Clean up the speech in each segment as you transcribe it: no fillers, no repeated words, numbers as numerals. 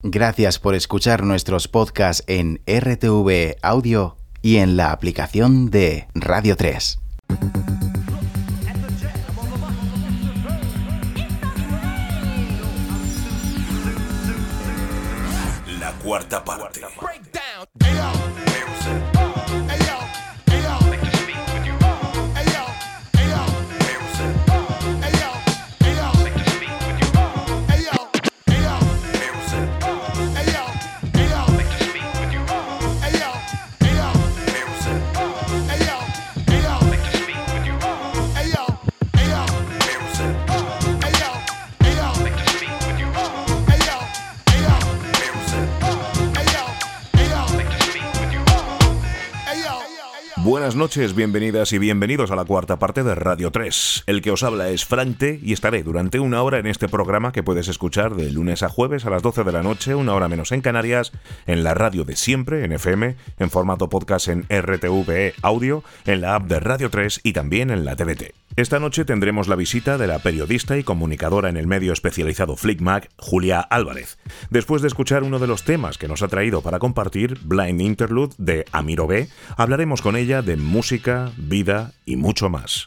Gracias por escuchar nuestros podcasts en RTV Audio y en la aplicación de Radio 3. La cuarta parte. Buenas noches, bienvenidas y bienvenidos a la cuarta parte de Radio 3. El que os habla es Frank T y estaré durante una hora en este programa que puedes escuchar de lunes a jueves a las 12 de la noche, una hora menos en Canarias, en la radio de siempre, en FM, en formato podcast en RTV Audio, en la app de Radio 3 y también en la TDT. Esta noche tendremos la visita de la periodista y comunicadora en el medio especializado Flickmag, Julia Álvarez. Después de escuchar uno de los temas que nos ha traído para compartir, Blind Interlude de Amiro B, hablaremos con ella de música, vida y mucho más.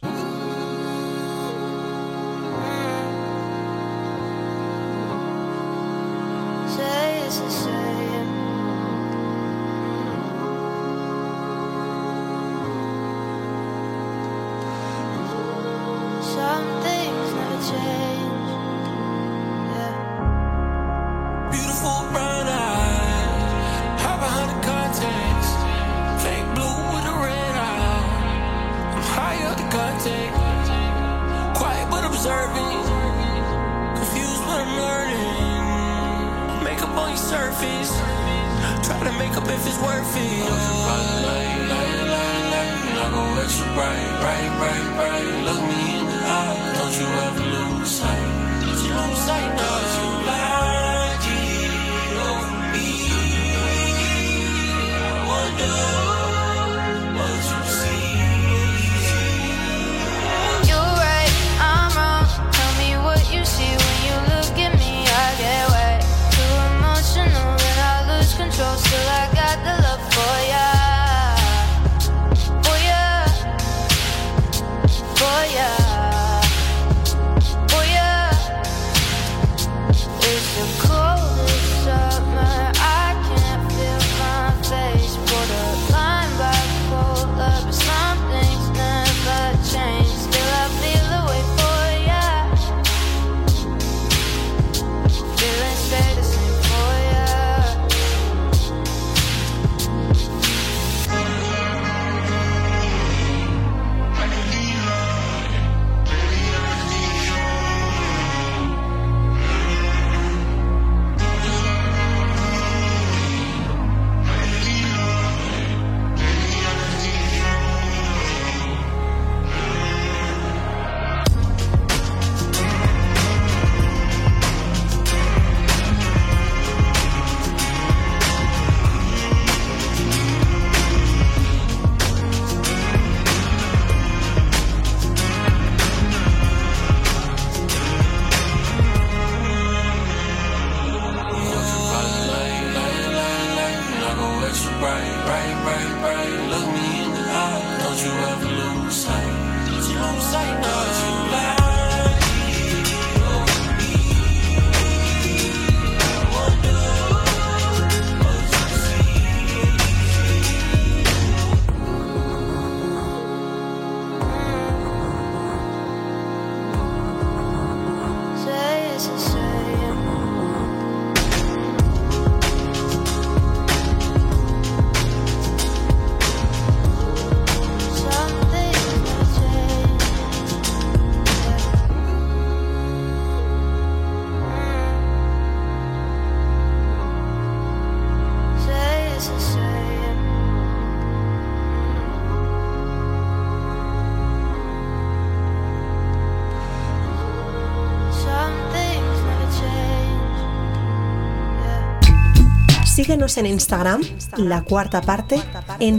Síguenos en Instagram, La Cuarta Parte, en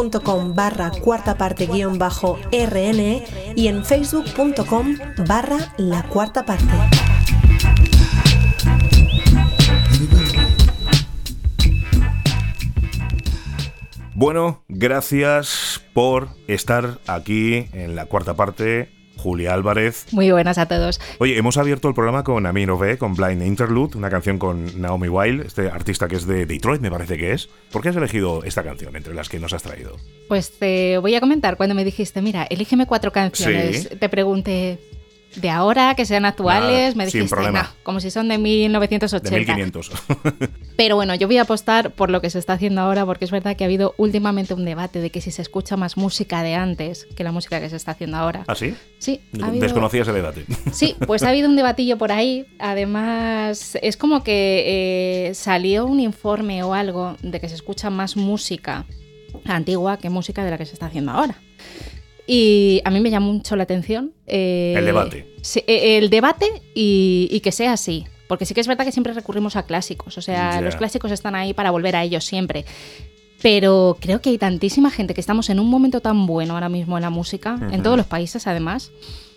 twitter.com/cuartaparte_rne y en facebook.com/La Cuarta Parte. Bueno, gracias por estar aquí en la cuarta parte, Julia Álvarez. Muy buenas a todos. Oye, hemos abierto el programa con Amin Ove, con Blind Interlude, una canción con Naomi Wild, este artista que es de Detroit, me parece que es. ¿Por qué has elegido esta canción entre las que nos has traído? Pues te voy a comentar, cuando me dijiste, mira, elígeme 4 canciones, Sí. Te pregunté, ¿de ahora, que sean actuales? Nada, me sin dijiste, problema. no, como si son de 1980. De 1500. Pero bueno, yo voy a apostar por lo que se está haciendo ahora, porque es verdad que ha habido últimamente un debate de que si se escucha más música de antes que la música que se está haciendo ahora. ¿Ah, sí? Sí, ha habido... Desconocía ese debate. Sí, pues ha habido un debatillo por ahí. Además, es como que salió un informe o algo de que se escucha más música antigua que música de la que se está haciendo ahora. Y a mí me llamó mucho la atención. El debate. Sí, el debate y que sea así. Porque sí que es verdad que siempre recurrimos a clásicos. O sea, Ya. los clásicos están ahí para volver a ellos siempre. Pero creo que hay tantísima gente que estamos en un momento tan bueno ahora mismo en la música, en todos los países además,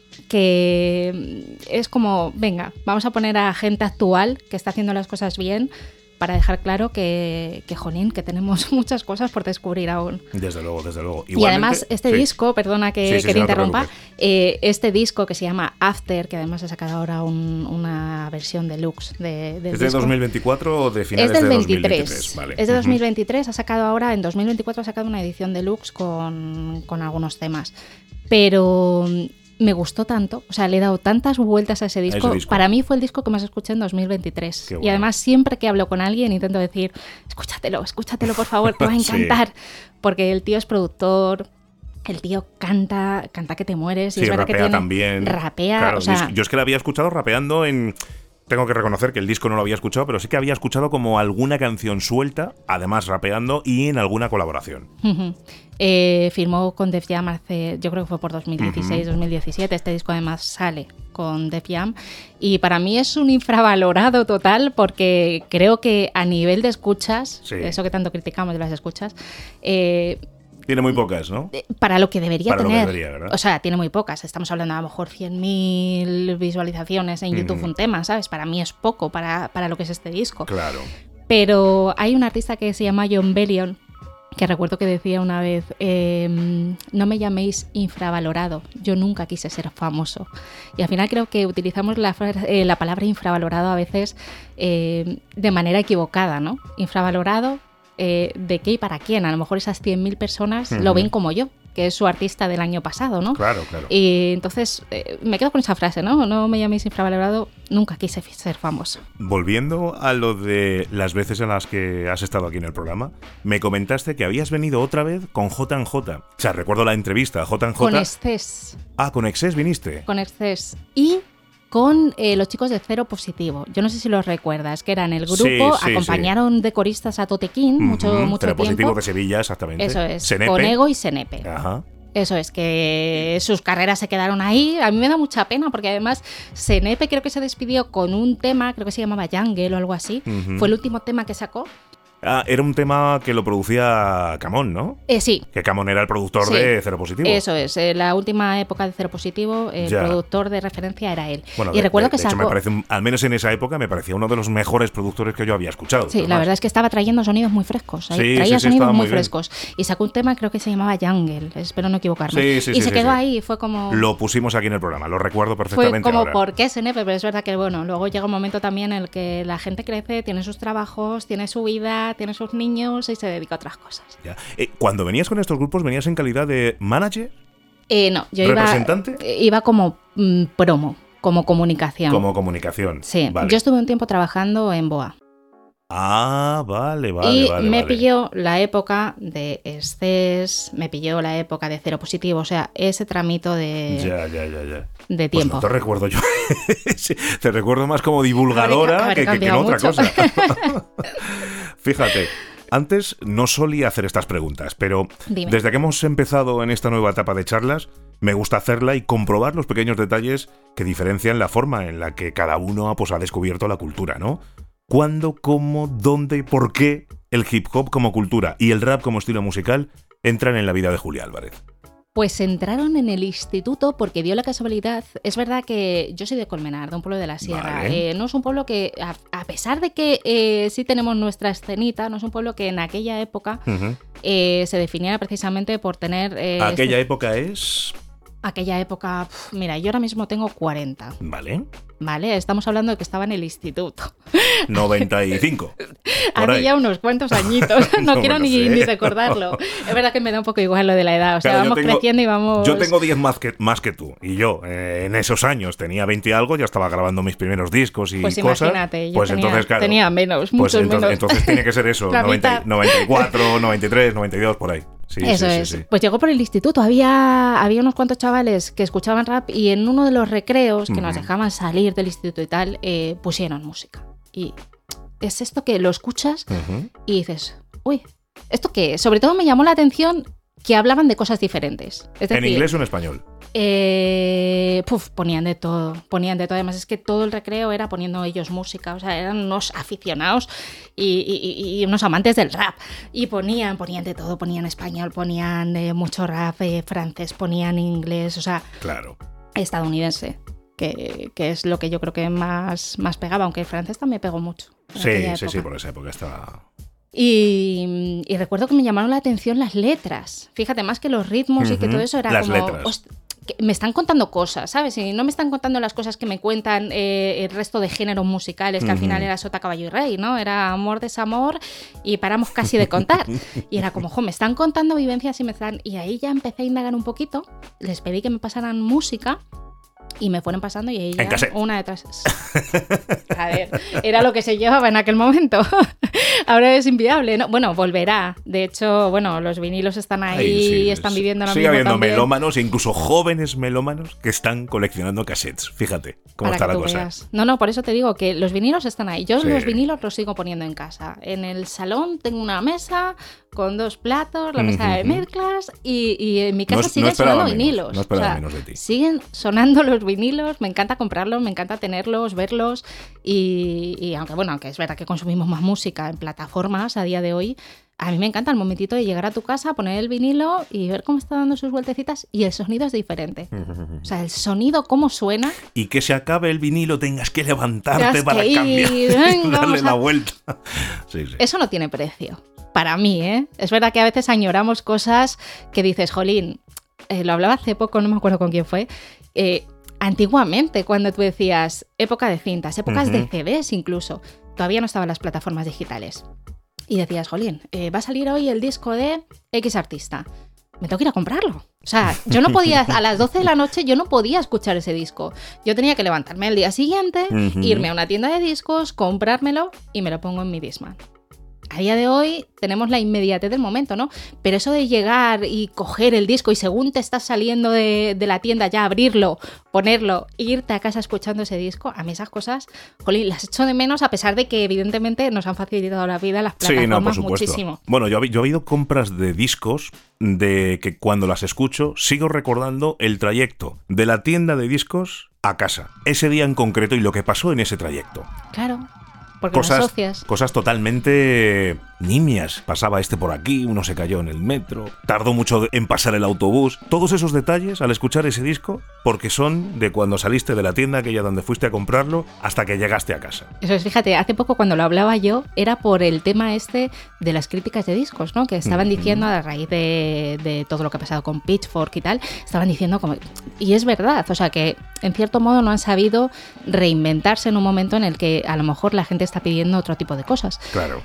que es como, venga, vamos a poner a gente actual que está haciendo las cosas bien para dejar claro que jolín, que tenemos muchas cosas por descubrir aún. Desde luego, desde luego. Y además este sí. disco, perdona que Sí, te no te interrumpa, preocupes. este disco que se llama After, que además ha sacado ahora una versión deluxe del ¿Es de disco. 2024 o de finales Es del de 23. 2023? Vale. Es de Ujú. 2023, ha sacado ahora, en 2024 ha sacado una edición deluxe con algunos temas. Pero me gustó tanto, o sea, le he dado tantas vueltas a ese disco. disco. Para mí fue el disco que más escuché en 2023. Qué Y bueno. además siempre que hablo con alguien intento decir, escúchatelo por favor, te va a Sí. encantar. Porque el tío es productor, el tío canta que te mueres. Y Sí, es verdad rapea que tiene, también. Rapea, Claro, o sea... yo es que la había escuchado rapeando en... Tengo que reconocer que el disco no lo había escuchado, pero sí que había escuchado como alguna canción suelta, además rapeando y en alguna colaboración. Ujú. Firmó con Def Jam hace, yo creo que fue por 2016, 2017. Este disco además sale con Def Jam y para mí es un infravalorado total porque creo que a nivel de escuchas, Sí. eso que tanto criticamos de las escuchas, Tiene muy pocas, ¿no? para lo que debería Para lo que tener. debería, ¿verdad? O sea, tiene muy pocas. Estamos hablando a lo mejor 100.000 visualizaciones en YouTube un tema, ¿sabes? Para mí es poco para lo que es este disco. Claro. Pero hay un artista que se llama Jon Bellion, que recuerdo que decía una vez, no me llaméis infravalorado, yo nunca quise ser famoso. Y al final creo que utilizamos la palabra infravalorado a veces de manera equivocada, ¿no? Infravalorado, ¿de qué y para quién? A lo mejor esas 100.000 personas lo ven como yo, que es su artista del año pasado, ¿no? Claro, claro. Y entonces me quedo con esa frase, ¿no? No me llaméis infravalorado, nunca quise ser famoso. Volviendo a lo de las veces en las que has estado aquí en el programa, me comentaste que habías venido otra vez con J&J. O sea, recuerdo la entrevista a J&J. Con Excess. Ah, con Excess viniste. Con Excess. Y con los chicos de Cero Positivo. Yo no sé si los recuerdas, que eran el grupo, Sí, sí, acompañaron de coristas a Totequín mucho Cero Positivo tiempo. de Sevilla, exactamente. Eso es, Senepe. con Ego y Senepe. Ajá. Eso es, que sus carreras se quedaron ahí. A mí me da mucha pena porque además Senepe creo que se despidió con un tema, creo que se llamaba Jungle o algo así. Fue el último tema que sacó. Ah, era un tema que lo producía Camón, ¿no? Sí. Que Camón era el productor Sí. de Cero Positivo. Eso es, la última época de Cero Positivo, el Ya. productor de referencia era él. Bueno, y recuerdo que de hecho, sacó... me parece, al menos en esa época, me parecía uno de los mejores productores que yo había escuchado. Sí, la verdad es que estaba trayendo sonidos muy frescos. Sí, Traía sí, sonidos estaba muy muy bien. frescos. Y sacó un tema, creo que se llamaba Jungle, espero no equivocarme. Sí, sí, y sí, se sí, quedó sí. ahí, fue como... Lo pusimos aquí en el programa, lo recuerdo Fue perfectamente como, ahora. ¿por qué Senepe? Pero es verdad que, bueno, luego llega un momento también en el que la gente crece, tiene sus trabajos, tiene su vida, tiene sus niños y se dedica a otras cosas. Ya. Cuando venías con estos grupos, ¿venías en calidad de manager? No, yo ¿Representante? iba como promo, como comunicación. Como comunicación. Sí, Vale. yo estuve un tiempo trabajando en BOA. Ah, vale, vale. Y vale, me vale. pilló la época de Excess, me pilló la época de Cero Positivo, o sea, ese tramito de Pues tiempo. no te recuerdo yo. Sí, te recuerdo más como divulgadora Habré que en cambiado otra mucho. cosa. Fíjate, antes no solía hacer estas preguntas, pero Dime. desde que hemos empezado en esta nueva etapa de charlas, me gusta hacerla y comprobar los pequeños detalles que diferencian la forma en la que cada uno pues, ha descubierto la cultura, ¿no? ¿Cuándo, cómo, dónde, por qué el hip hop como cultura y el rap como estilo musical entran en la vida de Julia Álvarez? Pues entraron en el instituto porque dio la casualidad. Es verdad que yo soy de Colmenar, de un pueblo de la Sierra. Vale. No es un pueblo que, a pesar de que sí tenemos nuestra escenita, no es un pueblo que en aquella época se definiera precisamente por tener... Aquella época es... Aquella época, mira, yo ahora mismo tengo 40. Vale, estamos hablando de que estaba en el instituto. 95. Hace ya unos cuantos añitos, no quiero ni recordarlo. Es verdad que me da un poco igual lo de la edad, o sea, Claro, vamos creciendo y vamos... Yo tengo 10 más que tú, y yo en esos años tenía 20 y algo, ya estaba grabando mis primeros discos y pues cosas. Imagínate, yo pues entonces, claro, tenía menos, pues muchos menos. entonces tiene que ser eso, 94, 93, 92, por ahí. Sí, eso sí, es. Sí. Pues llegó por el instituto, había unos cuantos chavales que escuchaban rap y en uno de los recreos que nos dejaban salir del instituto y tal, pusieron música. Y es esto que lo escuchas y dices, uy, ¿esto qué es? Sobre todo me llamó la atención que hablaban de cosas diferentes. Es decir, ¿en inglés o en español? Ponían de todo. Además es que todo el recreo era poniendo ellos música, o sea, eran unos aficionados y unos amantes del rap. Y ponían de todo, ponían español, ponían mucho rap francés, ponían inglés, o sea, claro, estadounidense, que es lo que yo creo que más pegaba, aunque el francés también pegó mucho. Sí, por esa época estaba... Y recuerdo que me llamaron la atención las letras. Fíjate, más que los ritmos y que todo eso era las como... letras. Me están contando cosas, ¿sabes? Y no me están contando las cosas que me cuentan el resto de géneros musicales, que al final era sota, caballo y rey, ¿no? Era amor, desamor y paramos casi de contar. Y era como, me están contando vivencias y me están... Y ahí ya empecé a indagar un poquito, les pedí que me pasaran música y me fueron pasando y ahí ya una detrás. A ver, era lo que se llevaba en aquel momento. Ahora es inviable, ¿no? Bueno, volverá. De hecho, bueno, los vinilos están ahí, están viviendo ahora mismo. Sigue habiendo también. melómanos, incluso jóvenes melómanos que están coleccionando cassettes. Fíjate cómo está la cosa. Veas. No, por eso te digo que los vinilos están ahí. Yo los vinilos los sigo poniendo en casa. En el salón tengo una mesa con 2 platos, la mesa de mezclas y en mi casa siguen sonando vinilos. No esperaba menos de ti. Siguen sonando los vinilos, me encanta comprarlos, me encanta tenerlos, verlos y aunque es verdad que consumimos más música en plataformas a día de hoy, a mí me encanta el momentito de llegar a tu casa, poner el vinilo y ver cómo está dando sus vueltecitas y el sonido es diferente. O sea, el sonido, cómo suena. Y que se acabe el vinilo, tengas que levantarte para cambiar y darle la vuelta. Sí. Eso no tiene precio. Para mí, ¿eh? Es verdad que a veces añoramos cosas que dices, jolín, lo hablaba hace poco, no me acuerdo con quién fue, antiguamente cuando tú decías época de cintas, épocas de CDs incluso, todavía no estaban las plataformas digitales. Y decías, jolín, va a salir hoy el disco de X artista. Me tengo que ir a comprarlo. O sea, yo no podía, a las 12 de la noche yo no podía escuchar ese disco. Yo tenía que levantarme el día siguiente, irme a una tienda de discos, comprármelo y me lo pongo en mi Discman. A día de hoy tenemos la inmediatez del momento, ¿no? Pero eso de llegar y coger el disco y según te estás saliendo de la tienda ya abrirlo, ponerlo e irte a casa escuchando ese disco, a mí esas cosas, jolín, las echo de menos a pesar de que evidentemente nos han facilitado la vida las plataformas muchísimo. Bueno, yo he habido compras de discos de que cuando las escucho sigo recordando el trayecto de la tienda de discos a casa. Ese día en concreto y lo que pasó en ese trayecto. Claro. Porque cosas totalmente nimias. Pasaba por aquí, uno se cayó en el metro, tardó mucho en pasar el autobús. Todos esos detalles al escuchar ese disco, porque son de cuando saliste de la tienda aquella donde fuiste a comprarlo hasta que llegaste a casa. Eso es, fíjate, hace poco cuando lo hablaba yo era por el tema de las críticas de discos, ¿no? Que estaban diciendo a raíz de todo lo que ha pasado con Pitchfork y tal, estaban diciendo como... Y es verdad, o sea que en cierto modo no han sabido reinventarse en un momento en el que a lo mejor la gente está pidiendo otro tipo de cosas. Claro.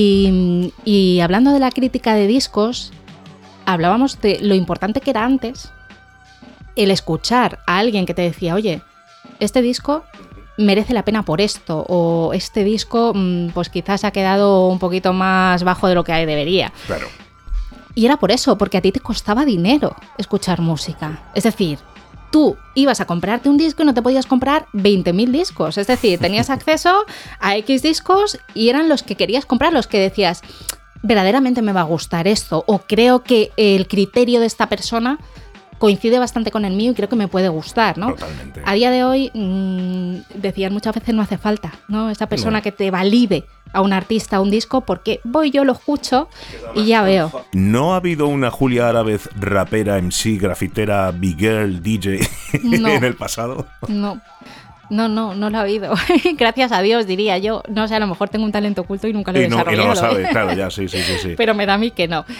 Y hablando de la crítica de discos, hablábamos de lo importante que era antes el escuchar a alguien que te decía, oye, este disco merece la pena por esto, o este disco pues quizás ha quedado un poquito más bajo de lo que debería. Claro. Y era por eso, porque a ti te costaba dinero escuchar música. Es decir, tú ibas a comprarte un disco y no te podías comprar 20.000 discos. Es decir, tenías acceso a X discos y eran los que querías comprar, los que decías, verdaderamente me va a gustar esto, o creo que el criterio de esta persona coincide bastante con el mío y creo que me puede gustar, ¿no? Totalmente. A día de hoy, decían muchas veces no hace falta, ¿no? Esa persona que te valide a un artista, a un disco, porque voy yo, lo escucho y ya veo. ¿No ha habido una Julia Árabez rapera, MC, grafitera, big girl, DJ en el pasado? No lo ha habido. Gracias a Dios, diría yo. No sé, a lo mejor tengo un talento oculto y nunca lo he desarrollado. Y no lo sabes, claro, ya, sí. Pero me da a mí que no.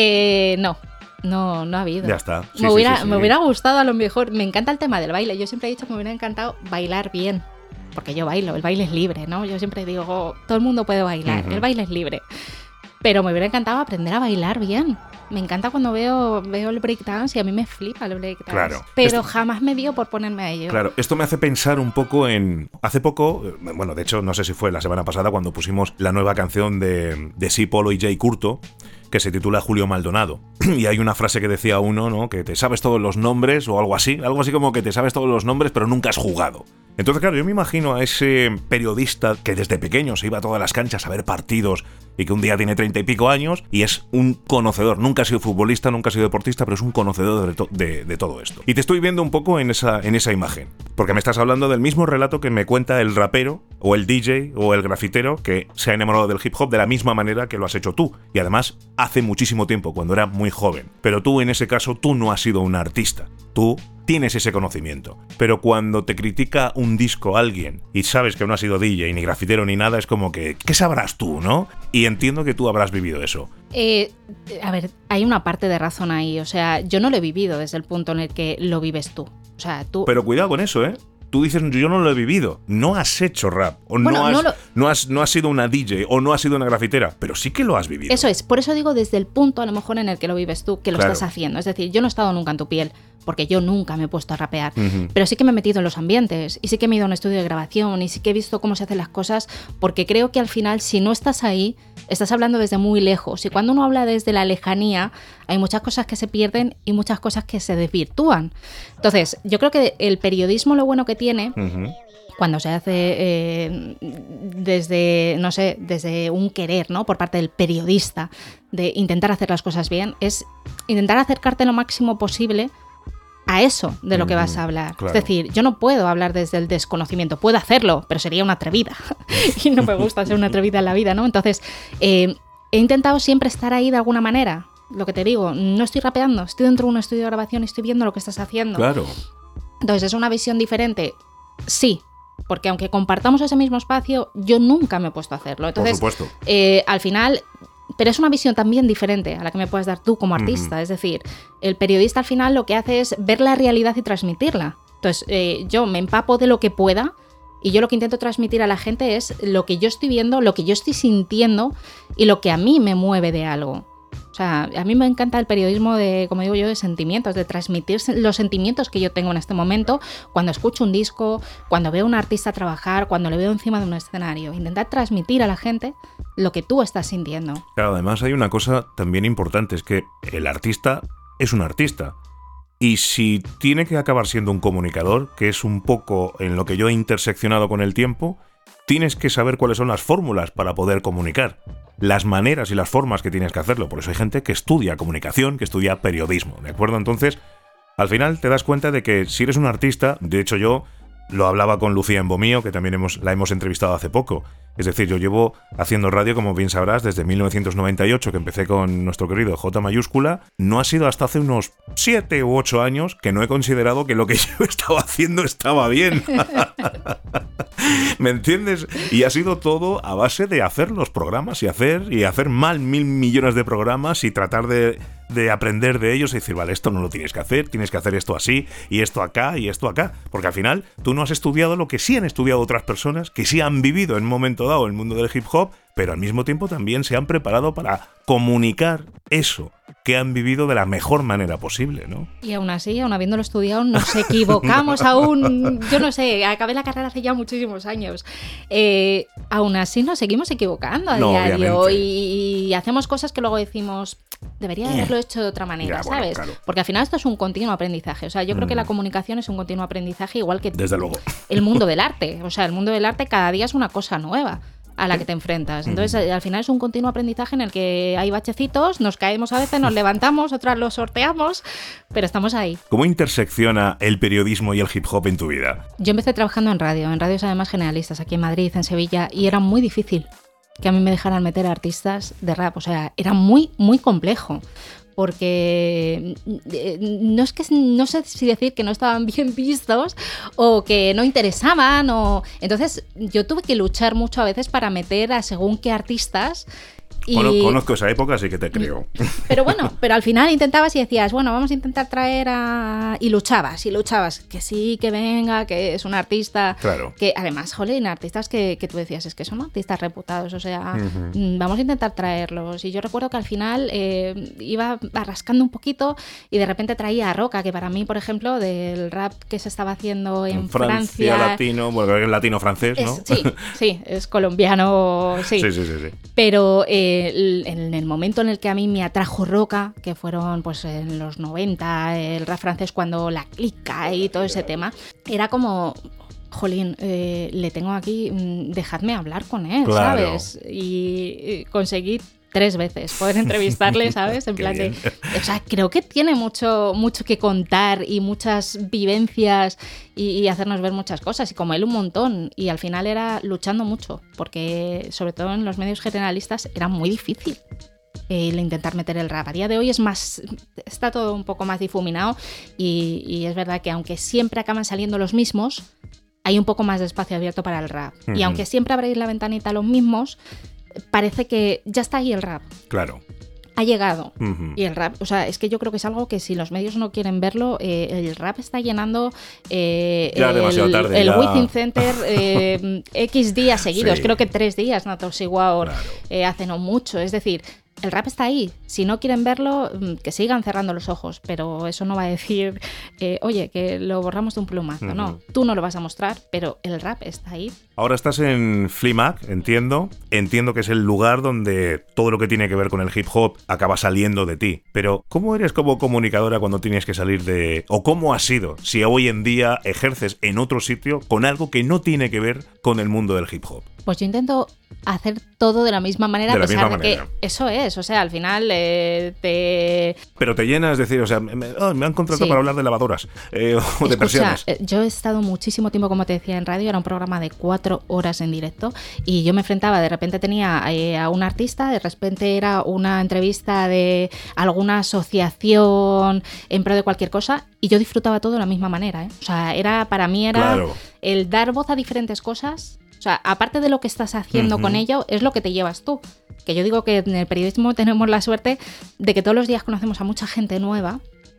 No ha habido. Ya está. Me hubiera gustado a lo mejor. Me encanta el tema del baile. Yo siempre he dicho que me hubiera encantado bailar bien. Porque yo bailo, el baile es libre, ¿no? Yo siempre digo, todo el mundo puede bailar, el baile es libre. Pero me hubiera encantado aprender a bailar bien. Me encanta cuando veo el breakdance y a mí me flipa el breakdance. Claro. Pero jamás me dio por ponerme a ello. Claro, esto me hace pensar un poco en... Hace poco, bueno, de hecho, no sé si fue la semana pasada cuando pusimos la nueva canción de Sí Polo y Jay Curto, que se titula Julio Maldonado. Y hay una frase que decía uno, ¿no? Que te sabes todos los nombres o algo así como que te sabes todos los nombres pero nunca has jugado. Entonces, claro, yo me imagino a ese periodista que desde pequeño se iba a todas las canchas a ver partidos y que un día tiene 30 y pico años y es un conocedor. Nunca ha sido futbolista, nunca ha sido deportista, pero es un conocedor de todo esto. Y te estoy viendo un poco en esa imagen, porque me estás hablando del mismo relato que me cuenta el rapero o el DJ o el grafitero que se ha enamorado del hip hop de la misma manera que lo has hecho tú. Y además hace muchísimo tiempo, cuando era muy joven. Pero tú, en ese caso, tú no has sido un artista. Tú tienes ese conocimiento. Pero cuando te critica un disco alguien y sabes que no has sido DJ, ni grafitero, ni nada, es como que, ¿qué sabrás tú, no? Y entiendo que tú habrás vivido eso. A ver, hay una parte de razón ahí. O sea, yo no lo he vivido desde el punto en el que lo vives tú. O sea, tú... Pero cuidado con eso, ¿eh? Tú dices, yo no lo he vivido. No has hecho rap. O bueno, no has sido una DJ o no has sido una grafitera. Pero sí que lo has vivido. Eso es. Por eso digo desde el punto a lo mejor en el que lo vives tú, que lo estás haciendo. Es decir, yo no he estado nunca en tu piel, porque yo nunca me he puesto a rapear. Pero sí que me he metido en los ambientes. Y sí que me he ido a un estudio de grabación. Y sí que he visto cómo se hacen las cosas. Porque creo que al final, si no estás ahí, estás hablando desde muy lejos. Y cuando uno habla desde la lejanía, hay muchas cosas que se pierden y muchas cosas que se desvirtúan. Entonces, yo creo que el periodismo, lo bueno que tiene, cuando se hace desde un querer, ¿no? Por parte del periodista, de intentar hacer las cosas bien, es intentar acercarte lo máximo posible a eso de lo que vas a hablar. Claro. Es decir, yo no puedo hablar desde el desconocimiento. Puedo hacerlo, pero sería una atrevida. Y no me gusta ser una atrevida en la vida, ¿no? Entonces, he intentado siempre estar ahí de alguna manera. Lo que te digo, no estoy rapeando, estoy dentro de un estudio de grabación y estoy viendo lo que estás haciendo. Claro. Entonces, ¿es una visión diferente? Sí. Porque aunque compartamos ese mismo espacio, yo nunca me he puesto a hacerlo. Entonces, por supuesto. Al final... Pero es una visión también diferente a la que me puedes dar tú como artista. Es decir, el periodista al final lo que hace es ver la realidad y transmitirla. Entonces, yo me empapo de lo que pueda y yo lo que intento transmitir a la gente es lo que yo estoy viendo, lo que yo estoy sintiendo y lo que a mí me mueve de algo. O sea, a mí me encanta el periodismo de, como digo yo, de sentimientos, de transmitir los sentimientos que yo tengo en este momento cuando escucho un disco, cuando veo a un artista trabajar, cuando le veo encima de un escenario. Intentar transmitir a la gente lo que tú estás sintiendo. Claro, además hay una cosa también importante, es que el artista es un artista. Y si tiene que acabar siendo un comunicador, que es un poco en lo que yo he interseccionado con el tiempo, tienes que saber cuáles son las fórmulas para poder comunicar, las maneras y las formas que tienes que hacerlo. Por eso hay gente que estudia comunicación, que estudia periodismo, ¿de acuerdo? Entonces, al final te das cuenta de que si eres un artista, de hecho yo lo hablaba con Lucía Embomío, que también la hemos entrevistado hace poco. Es decir, yo llevo haciendo radio, como bien sabrás, desde 1998, que empecé con nuestro querido J mayúscula. No ha sido hasta hace unos 7 u 8 años que no he considerado que lo que yo estaba haciendo estaba bien. ¿Me entiendes? Y ha sido todo a base de hacer los programas y hacer mal 1.000 millones de programas y tratar de aprender de ellos y decir, vale, esto no lo tienes que hacer esto así, y esto acá, y esto acá. Porque al final tú no has estudiado lo que sí han estudiado otras personas que sí han vivido en un momento dado el mundo del hip hop, pero al mismo tiempo también se han preparado para comunicar eso que han vivido de la mejor manera posible, ¿no? Y aún así, aún habiéndolo estudiado, nos equivocamos aún. Yo no sé, acabé la carrera hace ya muchísimos años. Aún así nos seguimos equivocando a diario y hacemos cosas que luego decimos, debería haberlo hecho de otra manera, ¿sabes? Claro. Porque al final esto es un continuo aprendizaje. O sea, yo creo que la comunicación es un continuo aprendizaje, igual que desde luego el mundo del arte. O sea, el mundo del arte cada día es una cosa nueva a la que te enfrentas. Entonces, al final es un continuo aprendizaje en el que hay bachecitos, nos caemos a veces, nos levantamos, otras los sorteamos, pero estamos ahí. ¿Cómo intersecciona el periodismo y el hip hop en tu vida? Yo empecé trabajando en radios además generalistas, aquí en Madrid, en Sevilla, y era muy difícil. que a mí me dejaran meter artistas de rap. O sea, era muy, muy complejo. Porque no sé si decir que no estaban bien vistos o que no interesaban. Entonces yo tuve que luchar mucho a veces para meter a según qué artistas. Conozco esa época, así que te creo. Pero bueno, pero al final intentabas y decías, bueno, vamos a intentar traer a... Y luchabas, que sí, que venga, que es un artista... Claro. Que además, jolín, artistas que tú decías, es que son artistas reputados, o sea, vamos a intentar traerlos. Y yo recuerdo que al final iba rascando un poquito y de repente traía a Roca, que para mí, por ejemplo, del rap que se estaba haciendo en Francia... latino, bueno, es latino-francés, ¿no? Sí, es colombiano, sí. Sí. Pero... en el momento en el que a mí me atrajo Roca, que fueron pues en los 90, el rap francés cuando la clica y todo ese tema, era como... Jolín, le tengo aquí, dejadme hablar con él, claro. ¿sabes? Y conseguí 3 veces poder entrevistarle, ¿sabes? En plan de... O sea, creo que tiene mucho que contar y muchas vivencias y hacernos ver muchas cosas, y como él un montón. Y al final era luchando mucho, porque sobre todo en los medios generalistas era muy difícil el intentar meter el rap. A día de hoy está todo un poco más difuminado y es verdad que aunque siempre acaban saliendo los mismos, hay un poco más de espacio abierto para el rap. Y aunque siempre abréis la ventanita a los mismos, parece que ya está ahí el rap. Claro. Ha llegado. Y el rap, o sea, es que yo creo que es algo que si los medios no quieren verlo, el rap está llenando demasiado tarde, el Within Center X días seguidos. Sí. Creo que 3 días Natos Igual claro. Hace no mucho. Es decir, el rap está ahí. Si no quieren verlo, que sigan cerrando los ojos. Pero eso no va a decir, oye, que lo borramos de un plumazo. No, tú no lo vas a mostrar, pero el rap está ahí. Ahora estás en Flimac, entiendo que es el lugar donde todo lo que tiene que ver con el hip hop acaba saliendo de ti. Pero ¿cómo eres como comunicadora cuando tienes que salir de... o cómo has sido si hoy en día ejerces en otro sitio con algo que no tiene que ver con el mundo del hip hop? Pues yo intento hacer todo de la misma manera, de la a pesar misma de manera. Que eso es, o sea, al final Pero te llenas, es decir, o sea, me han contratado para hablar de lavadoras o de persianas. Yo he estado muchísimo tiempo, como te decía, en radio, era un programa de 4 horas en directo y yo me enfrentaba, de repente tenía a un artista, de repente era una entrevista de alguna asociación en pro de cualquier cosa y yo disfrutaba todo de la misma manera, ¿eh? O sea, para mí era claro. El dar voz a diferentes cosas. O sea, aparte de lo que estás haciendo con ello, es lo que te llevas tú. Que yo digo que en el periodismo tenemos la suerte de que todos los días conocemos a mucha gente nueva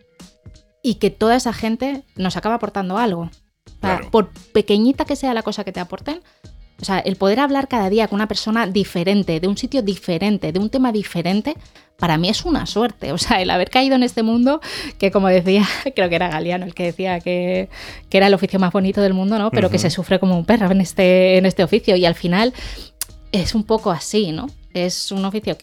y que toda esa gente nos acaba aportando algo. O sea, claro. Por pequeñita que sea la cosa que te aporten, o sea, el poder hablar cada día con una persona diferente, de un sitio diferente, de un tema diferente, para mí es una suerte. O sea, el haber caído en este mundo, que como decía, creo que era Galeano el que decía que era el oficio más bonito del mundo, ¿no? Pero que se sufre como un perro en este oficio. Y al final es un poco así, ¿no? Es un oficio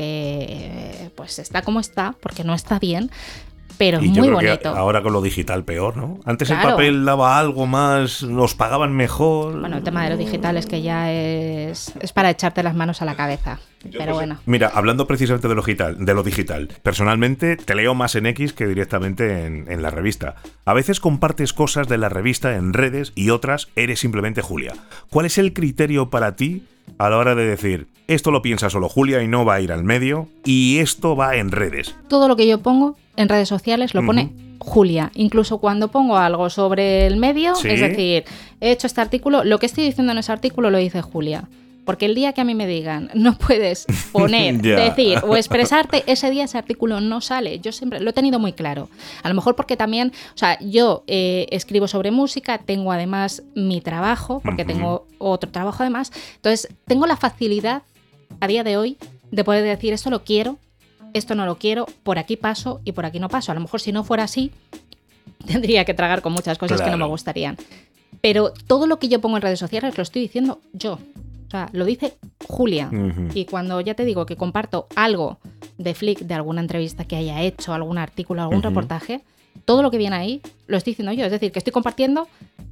que pues está como está, porque no está bien, pero es muy bonito. Que ahora con lo digital peor, ¿no? Antes claro. El papel daba algo más, nos pagaban mejor. Bueno, el tema de lo digital es que ya es para echarte las manos a la cabeza. Pero bueno. Mira, hablando precisamente de lo digital, personalmente te leo más en X que directamente en la revista. A veces compartes cosas de la revista en redes y otras eres simplemente Julia. ¿Cuál es el criterio para ti a la hora de decir, esto lo piensa solo Julia y no va a ir al medio, y esto va en redes? Todo lo que yo pongo en redes sociales lo pone Julia. Incluso cuando pongo algo sobre el medio, ¿sí? Es decir, he hecho este artículo, lo que estoy diciendo en ese artículo lo dice Julia. Porque el día que a mí me digan, no puedes poner, decir o expresarte, ese día ese artículo no sale. Yo siempre lo he tenido muy claro. A lo mejor porque también, o sea, yo escribo sobre música, tengo además mi trabajo, porque tengo otro trabajo además. Entonces, tengo la facilidad a día de hoy de poder decir, esto lo quiero, esto no lo quiero, por aquí paso y por aquí no paso. A lo mejor si no fuera así, tendría que tragar con muchas cosas que no me gustarían. Pero todo lo que yo pongo en redes sociales lo estoy diciendo yo. O sea, lo dice Julia. Y cuando ya te digo que comparto algo de Flick, de alguna entrevista que haya hecho, algún artículo, algún reportaje, todo lo que viene ahí lo estoy diciendo yo. Es decir, que estoy compartiendo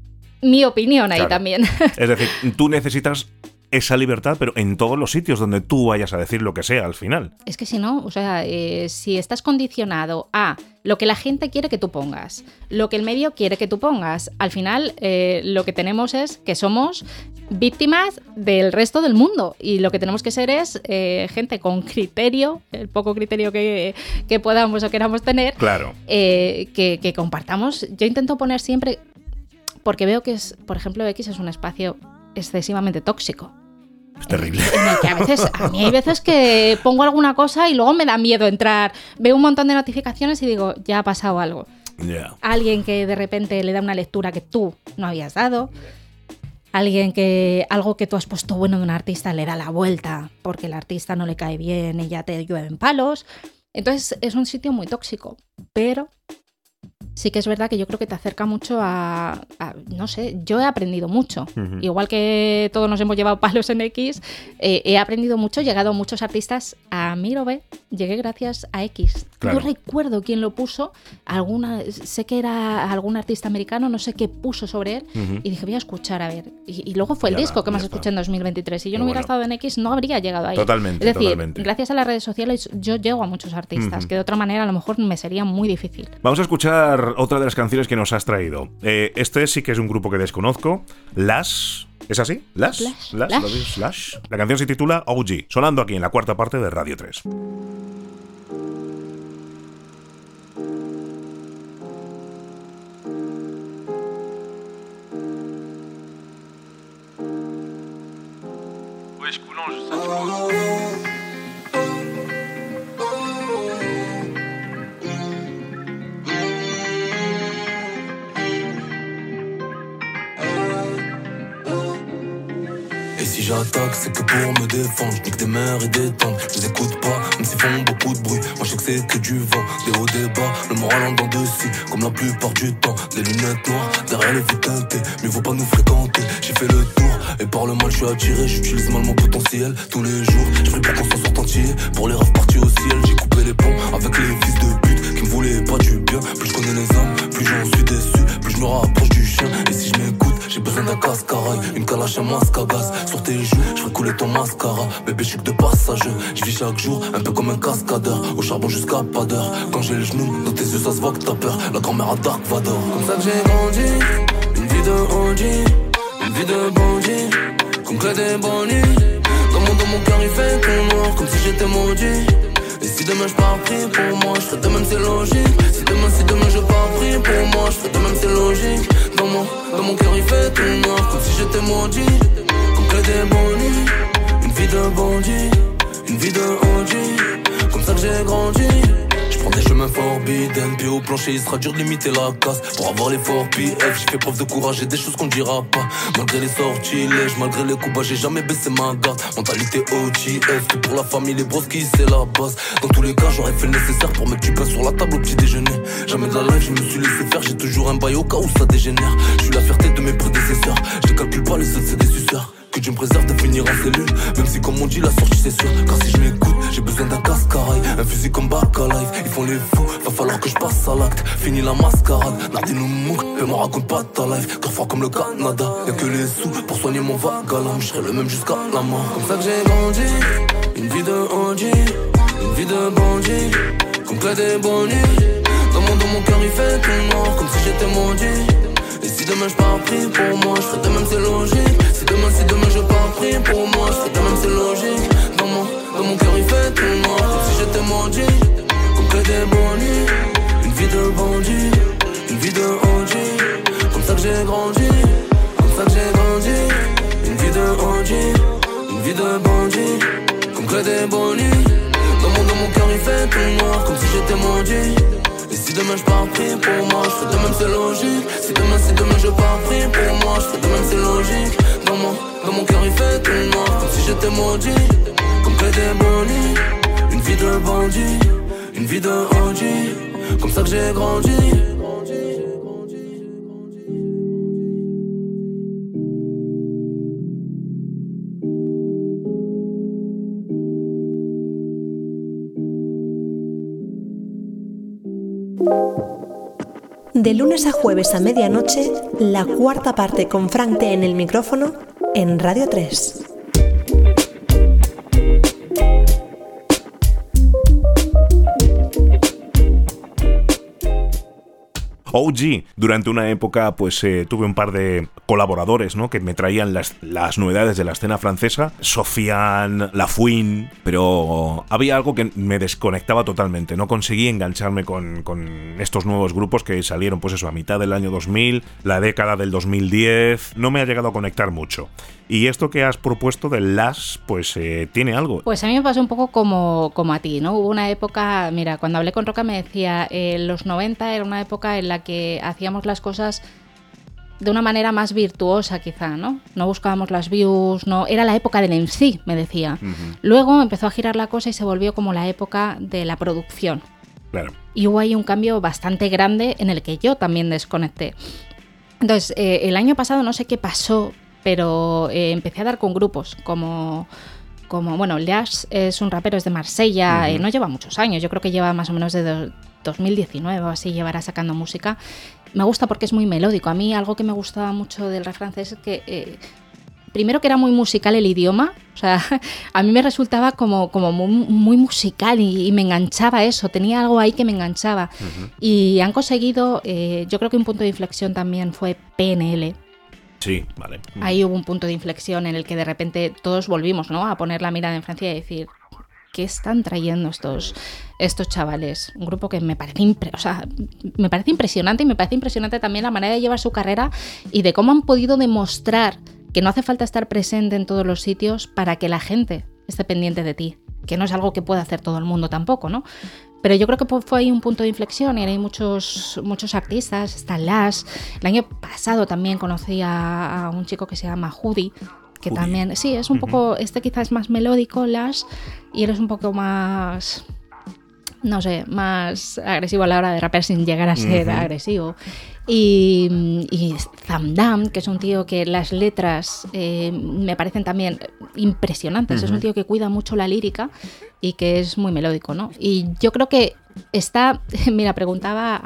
mi opinión ahí también. Es decir, tú necesitas esa libertad, pero en todos los sitios donde tú vayas a decir lo que sea al final. Es que si no, o sea, si estás condicionado a lo que la gente quiere que tú pongas, lo que el medio quiere que tú pongas, al final lo que tenemos es que somos víctimas del resto del mundo, y lo que tenemos que ser es gente con criterio, el poco criterio que podamos o queramos tener, claro. Que compartamos. Yo intento poner siempre, porque veo que por ejemplo, X es un espacio excesivamente tóxico. Es terrible. En el que a mí hay veces que pongo alguna cosa y luego me da miedo entrar. Veo un montón de notificaciones y digo, ya ha pasado algo. Yeah. Alguien que de repente le da una lectura que tú no habías dado. Alguien que algo que tú has puesto bueno de un artista le da la vuelta porque el artista no le cae bien y ya te llueven palos. Entonces es un sitio muy tóxico, pero sí que es verdad que yo creo que te acerca mucho a no sé, yo he aprendido mucho. Uh-huh. Igual que todos nos hemos llevado palos en X, he aprendido mucho, he llegado a muchos artistas. A Mirobe llegué gracias a X. Claro. No recuerdo quién lo puso, sé que era algún artista americano, no sé qué puso sobre él, uh-huh. Y dije, voy a escuchar a ver. Y luego fue el disco que más escuché en 2023. Si yo no hubiera estado en X, no habría llegado ahí. Totalmente. Es decir, totalmente. Gracias a las redes sociales yo llego a muchos artistas, uh-huh. Que de otra manera a lo mejor me sería muy difícil. Vamos a escuchar otra de las canciones que nos has traído. Este sí que es un grupo que desconozco. Lash. ¿Es así? Lash. La canción se titula OG, sonando aquí en la cuarta parte de Radio 3. Et si j'attaque, c'est que pour me défendre. Je nique des mères et des tantes. Je les écoute pas, même s'ils font beaucoup de bruit. Moi je sais que c'est que du vent, des hauts, des bas. Le moral en dents dessus, comme la plupart du temps. Des lunettes noires, derrière les vies teintées. Mieux vaut pas nous fréquenter, j'ai fait le tour. Et par le mal je suis attiré, j'utilise mal mon potentiel. Tous les jours, je prie pour qu'on s'en sorte entier. Pour les rêves partis au ciel, j'ai coupé les ponts avec les fils de pute qui me voulaient pas du bien. Plus je connais les hommes, plus j'en suis déçu. Plus je me rapproche du chien. Et si je m'écoute, j'ai besoin d'un casque-caraï, une calache, un masque à gaz. Sur tes joues, je ferai couler ton mascara. Bébé, je suis que de passage. Je vis chaque jour, un peu comme un cascadeur. Au charbon jusqu'à pas d'heure. Quand j'ai le genou, dans tes yeux ça se voit que t'as peur. La grand-mère à Dark Vador. Comme ça que j'ai grandi, une vie de OG, une vie de bandit, comme que des bonnies. Dans mon cœur il fait tout noir, comme si j'étais maudit. Et si demain je pars pris pour moi, je ferai de même c'est logique. Si demain je pars pris pour moi, je ferai de même c'est logique. Dans mon cœur il fait tout noir, comme si j'étais maudit. Comme que des bonnies, une vie de bandit, une vie de OG. Comme ça que j'ai grandi. Je prends des chemins forbidden, puis au plancher il sera dur de limiter la casse. Pour avoir les forts PF, j'ai fait preuve de courage et des choses qu'on ne dira pas. Malgré les sortilèges, malgré les coups bas, j'ai jamais baissé ma garde. Mentalité OTF, tout pour la famille, les broskies c'est la base. Dans tous les cas j'aurais fait le nécessaire pour mettre du pain sur la table au petit déjeuner. Jamais de la life je me suis laissé faire, j'ai toujours un bail au cas où ça dégénère. Je suis la fierté de mes prédécesseurs, je les calcule pas, les autres c'est des suceurs. Que Dieu me préserve de finir en cellule. Même si comme on dit la sortie c'est sûr. Car si je m'écoute j'ai besoin d'un casque-caraï. Un fusil comme Bacalife. Ils font les fous, va falloir que je passe à l'acte. Fini la mascarade, Nardine nous moque. Et m'en raconte pas ta life, cœur froid comme le Canada. Y'a que les sous pour soigner mon vague à l'âme. J'serai le même jusqu'à la mort. Comme ça que j'ai grandi, une vie de OG, une vie de bandit, comme que des bonnies. Dans mon cœur il fait tout noir, comme si j'étais maudit. Et si demain je pars pris pour moi, je ferai de même c'est logique. Si demain je pars pris pour moi, je ferai de même c'est logique. Dans mon cœur il fait tout noir, comme si j'étais maudit. Comme que des bonnies, une vie de bandit, une vie de OG. Comme ça que j'ai grandi, comme ça que j'ai grandi. Une vie de OG, une vie de bandit, comme que des bonnies. Dans mon cœur il fait tout noir, comme si j'étais maudit. Et si demain je pars pris pour moi, je ferai de même c'est logique. Si demain je pars pris pour moi, je ferai de même c'est logique. Dans mon cœur il fait tout noir, comme si j'étais maudit. Comme que des bonnies, une vie de bandit, une vie de OG. Comme ça que j'ai grandi. De lunes a jueves a medianoche, la cuarta parte con Frank T en el micrófono en Radio 3. OG. Durante una época pues tuve un par de colaboradores, ¿no?, que me traían las novedades de la escena francesa, Sofiane, Lafouine, pero había algo que me desconectaba totalmente. No conseguí engancharme con estos nuevos grupos que salieron pues eso a mitad del año 2000, la década del 2010. No me ha llegado a conectar mucho. Y esto que has propuesto del Lush, pues tiene algo. Pues a mí me pasó un poco como a ti, ¿no? Hubo una época, mira, cuando hablé con Roca me decía, los 90 era una época en la que hacíamos las cosas de una manera más virtuosa quizá, ¿no? No buscábamos las views, no, era la época del MC, me decía. Uh-huh. Luego empezó a girar la cosa y se volvió como la época de la producción. Claro. Y hubo ahí un cambio bastante grande en el que yo también desconecté. Entonces, el año pasado no sé qué pasó, pero empecé a dar con grupos como bueno, Lush es un rapero, es de Marsella, no lleva muchos años, yo creo que lleva más o menos de 2019 o así, llevará sacando música. Me gusta porque es muy melódico. A mí algo que me gustaba mucho del rap francés es que primero que era muy musical el idioma, o sea, a mí me resultaba como muy musical y me enganchaba eso, tenía algo ahí que me enganchaba. Uh-huh. Y han conseguido, yo creo que un punto de inflexión también fue PNL. Sí, vale. Ahí hubo un punto de inflexión en el que de repente todos volvimos, ¿no?, a poner la mirada en Francia y decir, ¿qué están trayendo estos chavales? Un grupo que me parece impresionante, y me parece impresionante también la manera de llevar su carrera y de cómo han podido demostrar que no hace falta estar presente en todos los sitios para que la gente esté pendiente de ti, que no es algo que pueda hacer todo el mundo tampoco, ¿no? Pero yo creo que fue ahí un punto de inflexión y hay muchos artistas, está Lush. El año pasado también conocí a un chico que se llama Hoodie, que también, sí, es un poco, quizás es más melódico, Lush, y él es un poco más, no sé, más agresivo a la hora de rapear sin llegar a ser agresivo. Y Zamdam, que es un tío que las letras me parecen también impresionantes, es un tío que cuida mucho la lírica y que es muy melódico, ¿no? Y yo creo que está, mira, preguntaba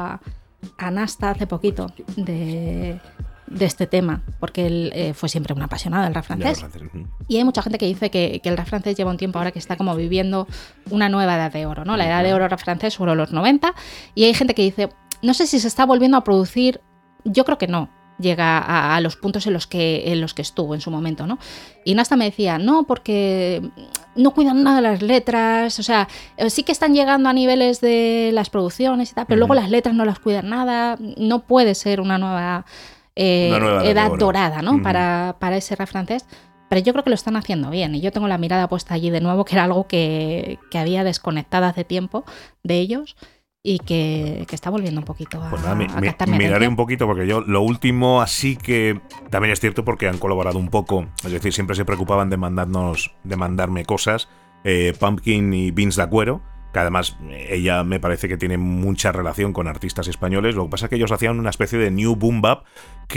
a Nasta hace poquito de este tema, porque él fue siempre un apasionado del rap francés. Y hay mucha gente que dice que el rap francés lleva un tiempo ahora que está como viviendo una nueva edad de oro, ¿no? La edad de oro del rap francés sobre los 90, y hay gente que dice, no sé si se está volviendo a producir, yo creo que no llega a los puntos en los que estuvo en su momento, ¿no? Y Nasta me decía, no, porque no cuidan nada las letras, o sea, sí que están llegando a niveles de las producciones y tal, pero luego las letras no las cuidan nada, no puede ser una nueva edad dorada, ¿no? Para ese rap francés. Pero yo creo que lo están haciendo bien y yo tengo la mirada puesta allí de nuevo, que era algo que había desconectado hace tiempo de ellos y que está volviendo un poquito a, pues nada, a captarme. Miraré un poquito, porque yo lo último así que también es cierto porque han colaborado un poco, es decir, siempre se preocupaban de mandarme cosas, Pumpkin y Vince D'Acuero, que además ella me parece que tiene mucha relación con artistas españoles. Lo que pasa es que ellos hacían una especie de new boom bap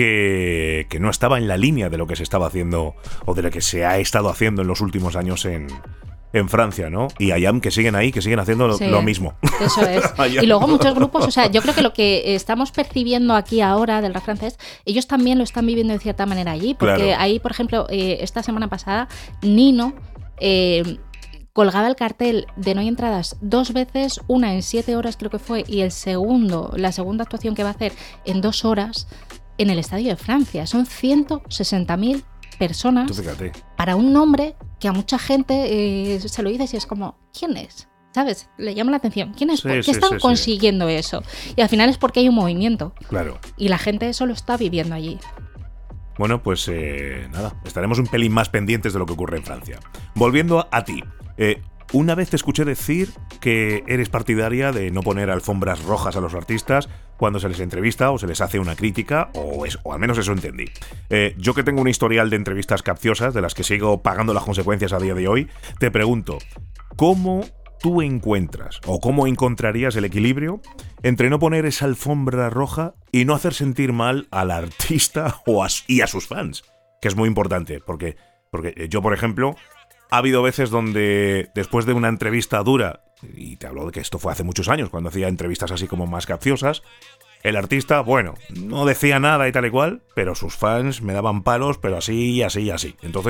que no estaba en la línea de lo que se estaba haciendo o de lo que se ha estado haciendo en los últimos años en Francia, ¿no? Y IAM, que siguen ahí, que siguen haciendo lo mismo. Eso es. Y luego muchos grupos, o sea, yo creo que lo que estamos percibiendo aquí ahora del rap francés, ellos también lo están viviendo de cierta manera allí, porque ahí, por ejemplo, esta semana pasada, Nino colgaba el cartel de No hay entradas 2 veces, una en 7 horas creo que fue, y la segunda actuación que va a hacer en 2 horas en el Estadio de Francia. Son 160.000 personas para un nombre que a mucha gente se lo dices y es como, ¿quién es? ¿Sabes? Le llama la atención. ¿Quién es? ¿Qué están consiguiendo eso? Y al final es porque hay un movimiento. Claro. Y la gente eso lo está viviendo allí. Bueno, pues nada, estaremos un pelín más pendientes de lo que ocurre en Francia. Volviendo a ti. Una vez te escuché decir que eres partidaria de no poner alfombras rojas a los artistas cuando se les entrevista o se les hace una crítica, o al menos eso entendí. Yo, que tengo un historial de entrevistas capciosas, de las que sigo pagando las consecuencias a día de hoy, te pregunto, ¿cómo tú encuentras o cómo encontrarías el equilibrio entre no poner esa alfombra roja y no hacer sentir mal al artista y a sus fans? Que es muy importante, porque yo, por ejemplo, ha habido veces donde después de una entrevista dura, y te hablo de que esto fue hace muchos años, cuando hacía entrevistas así como más capciosas, el artista, bueno, no decía nada y tal y cual, pero sus fans me daban palos, pero así y así y así. Entonces,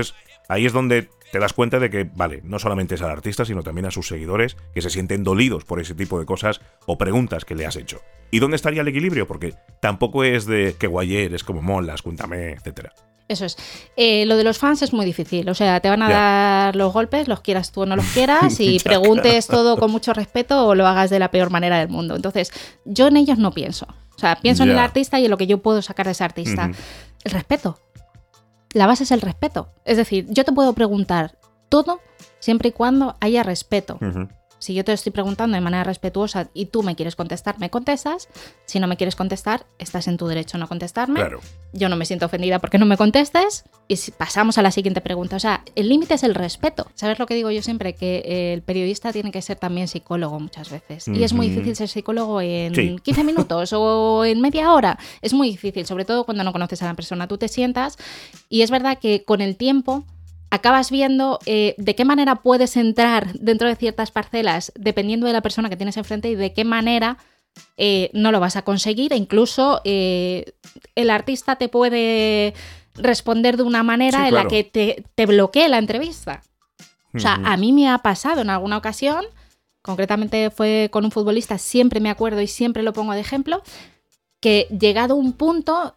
ahí es donde te das cuenta de que, vale, no solamente es al artista, sino también a sus seguidores que se sienten dolidos por ese tipo de cosas o preguntas que le has hecho. ¿Y dónde estaría el equilibrio? Porque tampoco es de qué guay eres, cómo molas, cuéntame, etcétera. Eso es. Lo de los fans es muy difícil. O sea, te van a dar los golpes, los quieras tú o no los quieras, y preguntes todo con mucho respeto o lo hagas de la peor manera del mundo. Entonces, yo en ellos no pienso. O sea, pienso en el artista y en lo que yo puedo sacar de ese artista. El respeto. La base es el respeto. Es decir, yo te puedo preguntar todo siempre y cuando haya respeto. Si yo te estoy preguntando de manera respetuosa y tú me quieres contestar, me contestas. Si no me quieres contestar, estás en tu derecho a no contestarme. Claro. Yo no me siento ofendida porque no me contestes. Y pasamos a la siguiente pregunta. O sea, el límite es el respeto. ¿Sabes lo que digo yo siempre? Que el periodista tiene que ser también psicólogo muchas veces. Y es muy difícil ser psicólogo en 15 minutos o en media hora. Es muy difícil, sobre todo cuando no conoces a la persona. Tú te sientas y es verdad que con el tiempo acabas viendo de qué manera puedes entrar dentro de ciertas parcelas dependiendo de la persona que tienes enfrente y de qué manera no lo vas a conseguir. E incluso el artista te puede responder de una manera en la que te bloquee la entrevista. O sea, a mí me ha pasado en alguna ocasión, concretamente fue con un futbolista, siempre me acuerdo y siempre lo pongo de ejemplo, que llegado un punto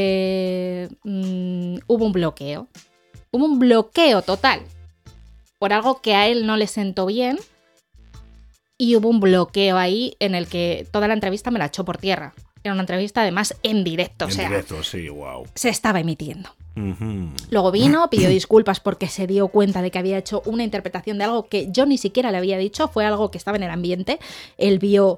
hubo un bloqueo. Hubo un bloqueo total por algo que a él no le sentó bien y hubo un bloqueo ahí en el que toda la entrevista me la echó por tierra. Era una entrevista además en directo. En directo, sí, wow. Se estaba emitiendo. Luego vino, pidió disculpas porque se dio cuenta de que había hecho una interpretación de algo que yo ni siquiera le había dicho, fue algo que estaba en el ambiente. Él vio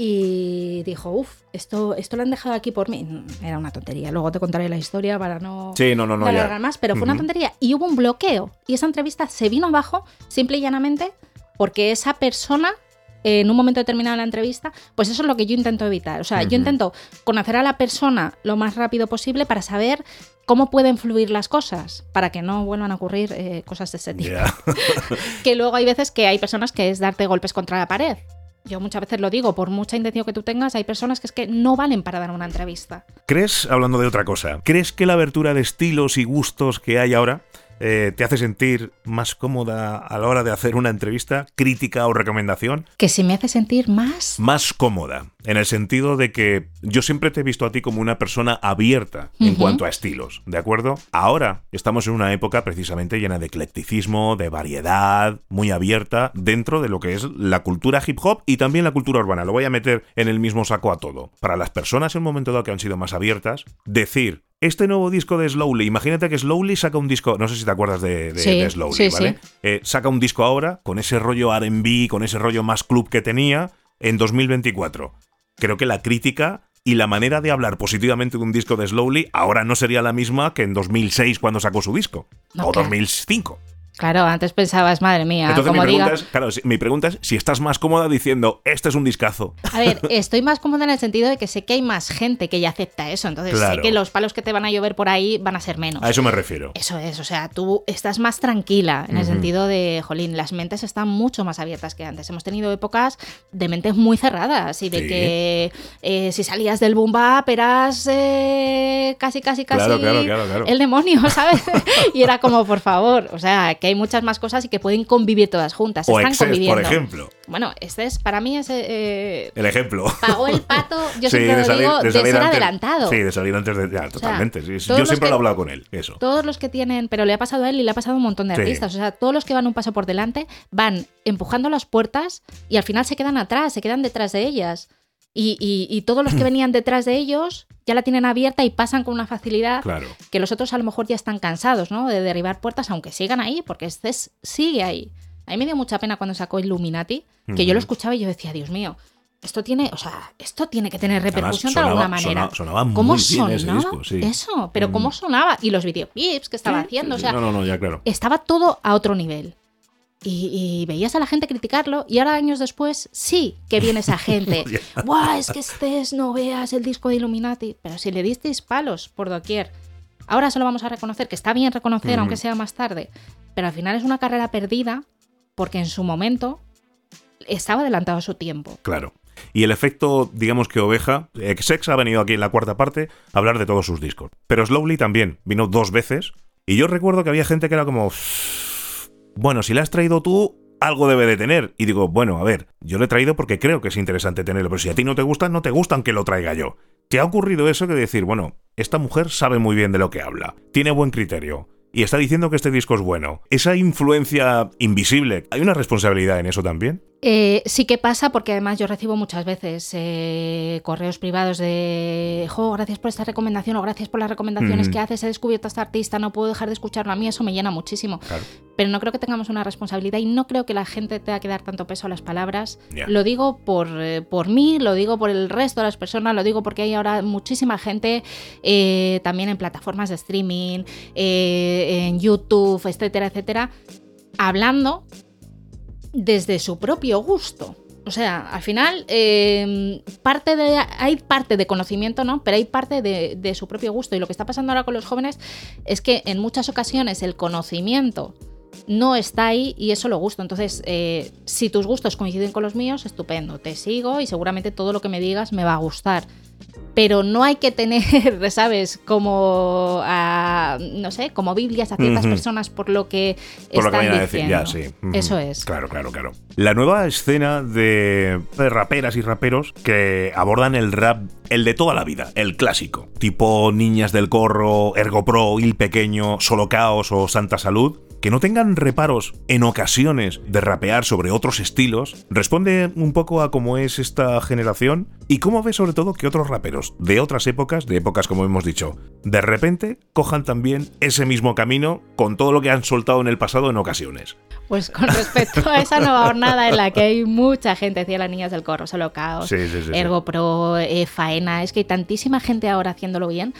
y dijo, esto lo han dejado aquí por mí. Era una tontería. Luego te contaré la historia para no alargar más, pero fue una tontería. Y hubo un bloqueo. Y esa entrevista se vino abajo, simple y llanamente, porque esa persona, en un momento determinado de la entrevista, pues eso es lo que yo intento evitar. O sea, yo intento conocer a la persona lo más rápido posible para saber cómo pueden fluir las cosas, para que no vuelvan a ocurrir cosas de ese tipo. Que luego hay veces que hay personas que es darte golpes contra la pared. Yo muchas veces lo digo, por mucha intención que tú tengas, hay personas que es que no valen para dar una entrevista. ¿Crees, hablando de otra cosa, crees que la abertura de estilos y gustos que hay ahora te hace sentir más cómoda a la hora de hacer una entrevista, crítica o recomendación? Que si me hace sentir más... Más cómoda, en el sentido de que yo siempre te he visto a ti como una persona abierta en cuanto a estilos, ¿de acuerdo? Ahora estamos en una época precisamente llena de eclecticismo, de variedad, muy abierta dentro de lo que es la cultura hip hop y también la cultura urbana. Lo voy a meter en el mismo saco a todo. Para las personas en un momento dado que han sido más abiertas, decir... Este nuevo disco de Slowly, imagínate que Slowly saca un disco, no sé si te acuerdas de Slowly, ¿vale? Sí. Saca un disco ahora con ese rollo R&B, con ese rollo más club que tenía en 2024. Creo que la crítica y la manera de hablar positivamente de un disco de Slowly ahora no sería la misma que en 2006 cuando sacó su disco, o 2005. Claro, antes pensabas, madre mía, entonces como mi pregunta es si estás más cómoda diciendo, este es un discazo. A ver, estoy más cómoda en el sentido de que sé que hay más gente que ya acepta eso, entonces sé que los palos que te van a llover por ahí van a ser menos. A eso me refiero. Eso es, o sea, tú estás más tranquila en el sentido de, jolín, las mentes están mucho más abiertas que antes. Hemos tenido épocas de mentes muy cerradas y de que si salías del boom bap eras casi claro. El demonio, ¿sabes? Y era como, por favor, o sea, que hay muchas más cosas y que pueden convivir todas juntas. O están conviviendo. Por ejemplo. Bueno, para mí es... el ejemplo. Pagó el pato, yo siempre lo digo, de ser adelantado. Sí, de salir antes de... Ya, totalmente. O sea, yo siempre lo he hablado con él, eso. Todos los que tienen... Pero le ha pasado a él y le ha pasado a un montón de artistas. O sea, todos los que van un paso por delante van empujando las puertas y al final se quedan atrás, se quedan detrás de ellas. Y todos los que venían detrás de ellos ya la tienen abierta y pasan con una facilidad que los otros a lo mejor ya están cansados, ¿no? De derribar puertas, aunque sigan ahí, porque sigue ahí. A mí me dio mucha pena cuando sacó Illuminati, que yo lo escuchaba y yo decía, Dios mío, esto tiene que tener repercusión de alguna manera. Sonaba muy ¿Cómo bien sonaba ese disco? Sí. Eso? Pero ¿cómo sonaba? Y los videoclips que estaba haciendo, o sea, ya claro. Estaba todo a otro nivel. Y veías a la gente criticarlo y ahora años después sí que viene esa gente. ¡Buah! Es que no veas el disco de Illuminati. Pero si le disteis palos por doquier. Ahora solo vamos a reconocer, que está bien reconocer aunque sea más tarde, pero al final es una carrera perdida porque en su momento estaba adelantado a su tiempo. Claro. Y el efecto, digamos que oveja, XX ha venido aquí en la cuarta parte a hablar de todos sus discos. Pero Slowly también vino 2 veces Y yo recuerdo que había gente que era como, bueno, si la has traído tú, algo debe de tener. Y digo, bueno, a ver, yo lo he traído porque creo que es interesante tenerlo, pero si a ti no te gusta, no te gusta aunque lo traiga yo. ¿Te ha ocurrido eso que decir, bueno, esta mujer sabe muy bien de lo que habla, tiene buen criterio y está diciendo que este disco es bueno? Esa influencia invisible, ¿hay una responsabilidad en eso también? Sí que pasa, porque además yo recibo muchas veces correos privados de gracias por esta recomendación o gracias por las recomendaciones que haces, he descubierto a este artista, no puedo dejar de escucharlo. A mí eso me llena muchísimo, claro. Pero no creo que tengamos una responsabilidad y no creo que la gente tenga que dar tanto peso a las palabras. Lo digo por mí, lo digo por el resto de las personas, lo digo porque hay ahora muchísima gente también en plataformas de streaming, en YouTube, etcétera, etcétera, hablando desde su propio gusto. O sea, al final hay parte de conocimiento, ¿no? Pero hay parte de su propio gusto. Y lo que está pasando ahora con los jóvenes es que en muchas ocasiones el conocimiento no está ahí y es solo gusto. Entonces, si tus gustos coinciden con los míos, estupendo, te sigo y seguramente todo lo que me digas me va a gustar. Pero no hay que tener, ¿sabes? Como, no sé, como Biblias a ciertas personas por lo que están diciendo. Ya, sí. Eso es. Claro. La nueva escena de raperas y raperos que abordan el rap, el de toda la vida, el clásico, tipo Niñas del Corro, Ergo Pro, Il Pequeño, Solo Caos o Santa Salud, que no tengan reparos en ocasiones de rapear sobre otros estilos, responde un poco a cómo es esta generación y cómo ve sobre todo que otros raperos de otras épocas, de épocas como hemos dicho, de repente cojan también ese mismo camino con todo lo que han soltado en el pasado en ocasiones. Pues con respecto a esa nueva jornada en la que hay mucha gente, decía las Niñas del Corro, Solo Caos, Ergo Pro, Faena, es que hay tantísima gente ahora haciéndolo bien.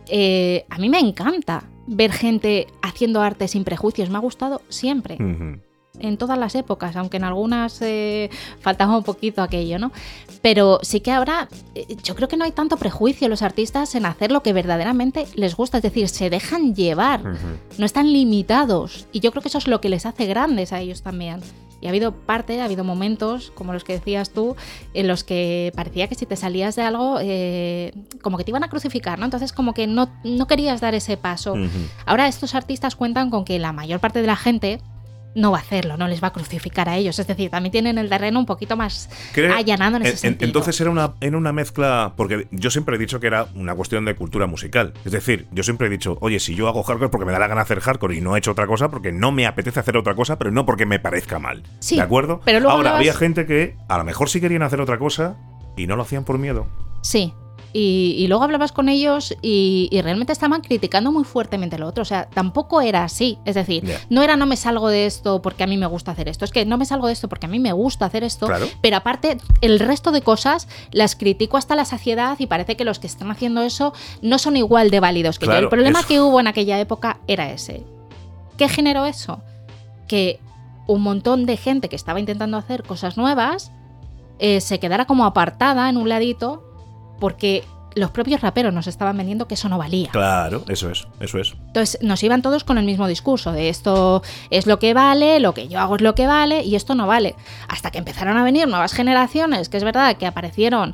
A mí me encanta ver gente haciendo arte sin prejuicios, me ha gustado siempre, en todas las épocas, aunque en algunas faltaba un poquito aquello, ¿no? Pero sí que ahora yo creo que no hay tanto prejuicio los artistas en hacer lo que verdaderamente les gusta, es decir, se dejan llevar, no están limitados, y yo creo que eso es lo que les hace grandes a ellos también. Y ha habido momentos, como los que decías tú, en los que parecía que si te salías de algo, como que te iban a crucificar, ¿no? Entonces como que no querías dar ese paso. Ahora estos artistas cuentan con que la mayor parte de la gente no va a hacerlo, no les va a crucificar a ellos. Es decir, también tienen el terreno un poquito más allanado en ese sentido. Entonces era una mezcla, porque yo siempre he dicho que era una cuestión de cultura musical. Es decir, yo siempre he dicho, oye, si yo hago hardcore porque me da la gana hacer hardcore y no he hecho otra cosa porque no me apetece hacer otra cosa, pero no porque me parezca mal. Sí, ¿de acuerdo? Pero luego ahora había gente que a lo mejor sí querían hacer otra cosa y no lo hacían por miedo. Sí. Y luego hablabas con ellos y realmente estaban criticando muy fuertemente lo otro. O sea, tampoco era así. Es decir, no era no me salgo de esto porque a mí me gusta hacer esto. Es que no me salgo de esto porque a mí me gusta hacer esto. Claro. Pero aparte, el resto de cosas las critico hasta la saciedad y parece que los que están haciendo eso no son igual de válidos que yo. El problema que hubo en aquella época era ese. ¿Qué generó eso? Que un montón de gente que estaba intentando hacer cosas nuevas se quedara como apartada en un ladito, porque los propios raperos nos estaban vendiendo que eso no valía. Claro, eso es. Entonces nos iban todos con el mismo discurso de esto es lo que vale, lo que yo hago es lo que vale y esto no vale. Hasta que empezaron a venir nuevas generaciones, que es verdad que aparecieron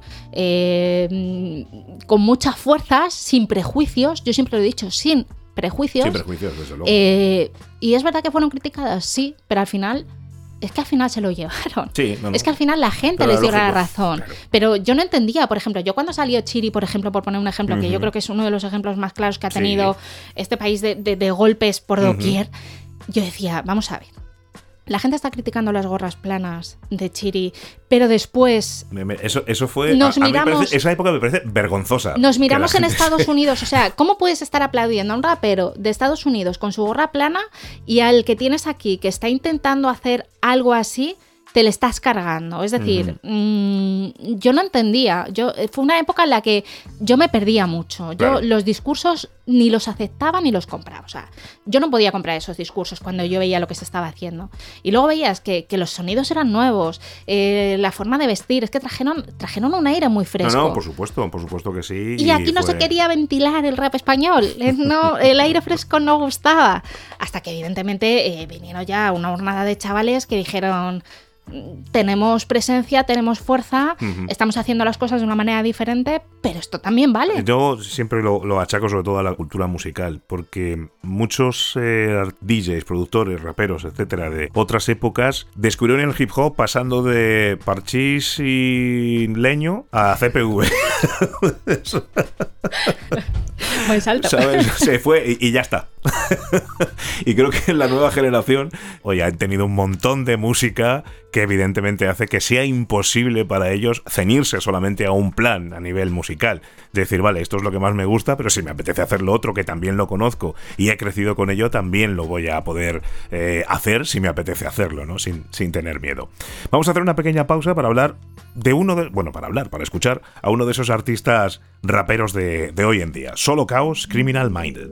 con muchas fuerzas, sin prejuicios, yo siempre lo he dicho, sin prejuicios. Sin prejuicios, desde luego. Y es verdad que fueron criticadas, sí, pero al final... Es que al final se lo llevaron. Sí, no. Es que al final la gente les dio la razón. Claro. Pero yo no entendía, por ejemplo, yo cuando salió Chiri, por ejemplo, por poner un ejemplo, que yo creo que es uno de los ejemplos más claros que ha tenido este país de golpes por doquier, yo decía, vamos a ver, la gente está criticando las gorras planas de Chiri, pero después... Eso fue... esa época me parece vergonzosa. Nos miramos en Estados Unidos, o sea, ¿cómo puedes estar aplaudiendo a un rapero de Estados Unidos con su gorra plana y al que tienes aquí que está intentando hacer algo así, te le estás cargando? Es decir, yo no entendía. Fue una época en la que yo me perdía mucho. Yo los discursos ni los aceptaba ni los compraba. O sea, yo no podía comprar esos discursos cuando yo veía lo que se estaba haciendo. Y luego veías que los sonidos eran nuevos, la forma de vestir, es que trajeron un aire muy fresco. No, por supuesto que sí. Y aquí no se quería ventilar el rap español. No, el aire fresco no gustaba. Hasta que evidentemente vinieron ya una hornada de chavales que dijeron... tenemos presencia, tenemos fuerza, estamos haciendo las cosas de una manera diferente, pero esto también vale. Yo siempre lo achaco sobre todo a la cultura musical, porque muchos DJs, productores, raperos, etcétera, de otras épocas descubrieron el hip hop pasando de parchís y leño a CPV. Buen salto. ¿Sabes? Se fue y ya está. Y creo que la nueva generación, oye, han tenido un montón de música que evidentemente hace que sea imposible para ellos ceñirse solamente a un plan a nivel musical. Decir, vale, esto es lo que más me gusta, pero si me apetece hacer lo otro, que también lo conozco y he crecido con ello, también lo voy a poder hacer si me apetece hacerlo, ¿no? Sin tener miedo. Vamos a hacer una pequeña pausa para hablar para escuchar a uno de esos artistas raperos de hoy en día. Solo Chaos, Criminal Minded.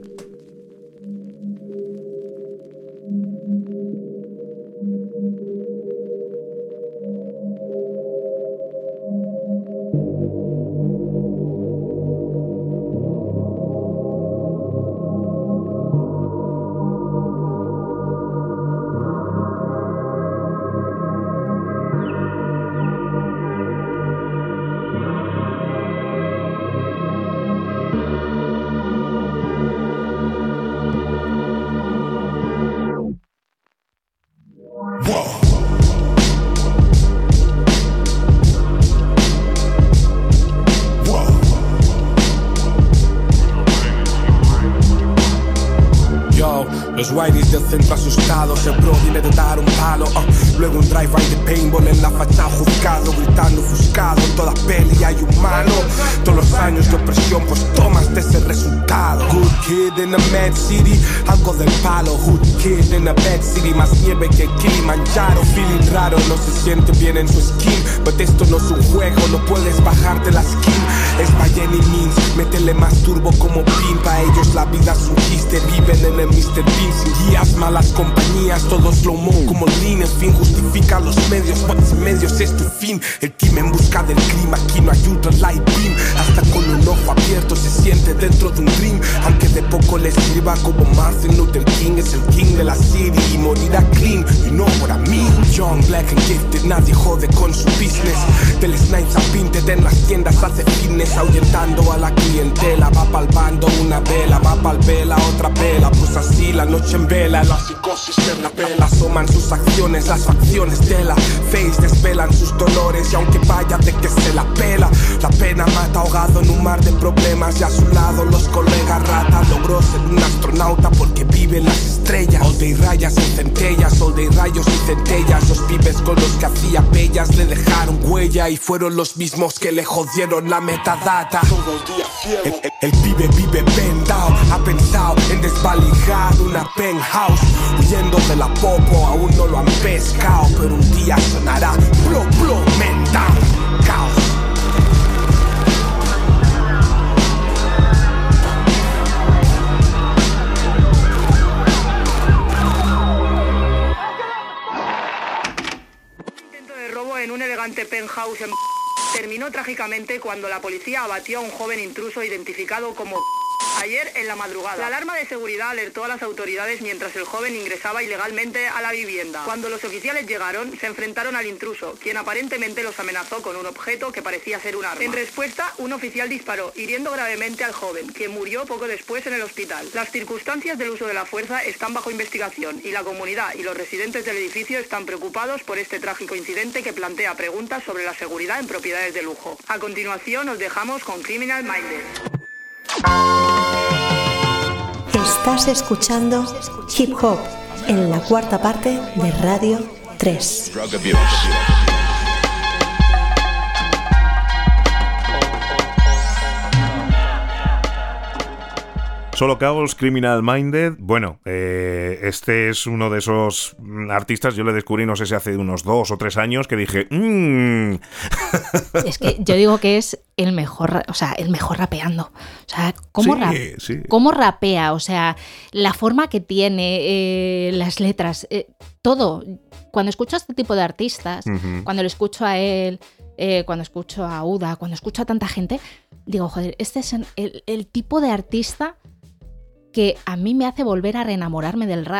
Los whiteys del centro asustados, el bro viene de dar un palo, luego un drive-by de paintball en la fachada juzgado, gritando ofuscado, en toda peli hay un malo. Todos los años de opresión, pues tomas de ese resultado. Good kid in a mad city, algo del palo. Hood kid in a bad city, más nieve que Kilimanjaro. Feeling raro, no se siente bien en su skin, but esto no es un juego, no puedes bajarte la skin. Es by any means, métele más turbo como pin. Pa' ellos la vida es un chiste, viven en el Mr. Bean. Sin guías, malas compañías, todo slow mo como lean. El fin justifica los medios, but sin medios es tu fin. El team en busca del clima, aquí no hay ultralight beam. Hasta con un ojo abierto se siente dentro de un dream. Aunque de poco les sirva, como Martin Luther King es el king de la city y morirá clean, you know what I mean. Young, black and gifted, nadie jode con su business. Del snipes a pinted en las tiendas hace fitness, ahuyentando a la clientela. Va pa'l bando una vela, va pa'l vela otra vela. Pues así la noche en vela, la psicosis se revela. Asoman sus acciones, las facciones de la face desvelan sus dolores. Y aunque vaya de que se la pela, la pena mata ahogado en un mar de problemas. Y a su lado los colegas rata, logró ser un astronauta porque vive en las estrellas. All day rayas y centellas, all day rayos y centellas. Los pibes con los que hacía bellas le dejaron huella y fueron los mismos que le jodieron la metadata. El pibe vive vendado, ha pensado en desvalijar una penthouse. Huyendo de la popo, aún no lo han pescado, pero un día sonará blo blo mental, caos. En un elegante penthouse terminó trágicamente cuando la policía abatió a un joven intruso identificado como ayer en la madrugada. La alarma de seguridad alertó a las autoridades mientras el joven ingresaba ilegalmente a la vivienda. Cuando los oficiales llegaron, se enfrentaron al intruso, quien aparentemente los amenazó con un objeto que parecía ser un arma. En respuesta, un oficial disparó, hiriendo gravemente al joven, quien murió poco después en el hospital. Las circunstancias del uso de la fuerza están bajo investigación y la comunidad y los residentes del edificio están preocupados por este trágico incidente que plantea preguntas sobre la seguridad en propiedades de lujo. A continuación, os dejamos con Criminal Minded. Estás escuchando Hip Hop en la cuarta parte de Radio 3. Solo Chaos, Criminal Minded. Bueno, este es uno de esos artistas, yo le descubrí, no sé si hace unos 2 o 3 años, que dije... Es que yo digo que es el mejor, o sea, el mejor rapeando. O sea, ¿cómo rapea? O sea, la forma que tiene, las letras, todo. Cuando escucho a este tipo de artistas, cuando lo escucho a él, cuando escucho a Uda, cuando escucho a tanta gente, digo, joder, este es el tipo de artista que a mí me hace volver a reenamorarme del rap.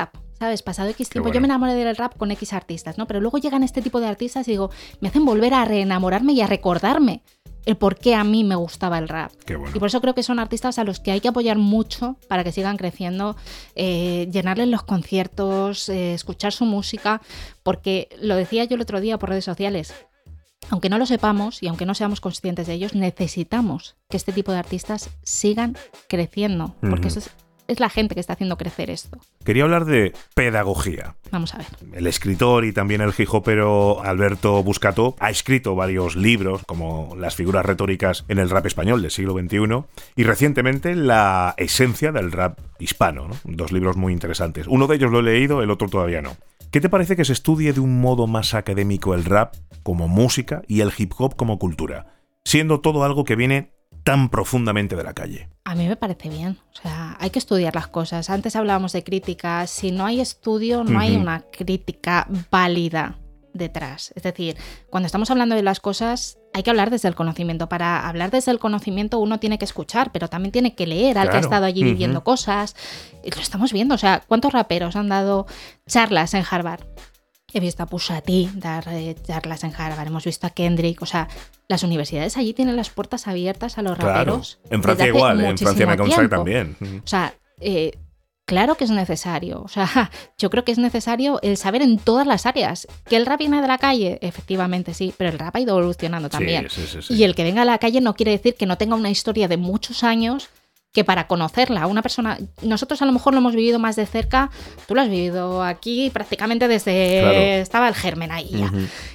¿sabes? Pasado X tiempo, yo me enamoré del rap con X artistas, ¿no? Pero luego llegan este tipo de artistas y digo, me hacen volver a reenamorarme y a recordarme el por qué a mí me gustaba el rap. Qué bueno. Y por eso creo que son artistas a los que hay que apoyar mucho para que sigan creciendo, llenarles los conciertos, escuchar su música, porque lo decía yo el otro día por redes sociales, aunque no lo sepamos y aunque no seamos conscientes de ellos, necesitamos que este tipo de artistas sigan creciendo, porque eso es la gente que está haciendo crecer esto. Quería hablar de pedagogía. Vamos a ver. El escritor y también el hip-hopero Alberto Buscato ha escrito varios libros, como Las figuras retóricas en el rap español del siglo XXI, y recientemente La esencia del rap hispano, ¿no? 2 libros muy interesantes. Uno de ellos lo he leído, el otro todavía no. ¿Qué te parece que se estudie de un modo más académico el rap como música y el hip-hop como cultura, siendo todo algo que viene tan profundamente de la calle? A mí me parece bien, o sea, hay que estudiar las cosas. Antes hablábamos de crítica, si no hay estudio no hay una crítica válida detrás. Es decir, cuando estamos hablando de las cosas hay que hablar desde el conocimiento. Para hablar desde el conocimiento uno tiene que escuchar, pero también tiene que leer al que ha estado allí viviendo cosas. Y lo estamos viendo, o sea, ¿cuántos raperos han dado charlas en Harvard? He visto a Pusha T dar charlas en Harvard, hemos visto a Kendrick, o sea, las universidades allí tienen las puertas abiertas a los raperos. En Francia igual, en Francia me consta que también. O sea, claro que es necesario, o sea, yo creo que es necesario el saber en todas las áreas. ¿Que el rap viene de la calle? Efectivamente sí, pero el rap ha ido evolucionando también. Sí. Y el que venga a la calle no quiere decir que no tenga una historia de muchos años, que para conocerla a una persona, nosotros a lo mejor lo hemos vivido más de cerca, tú lo has vivido aquí prácticamente desde estaba el germen ahí ya.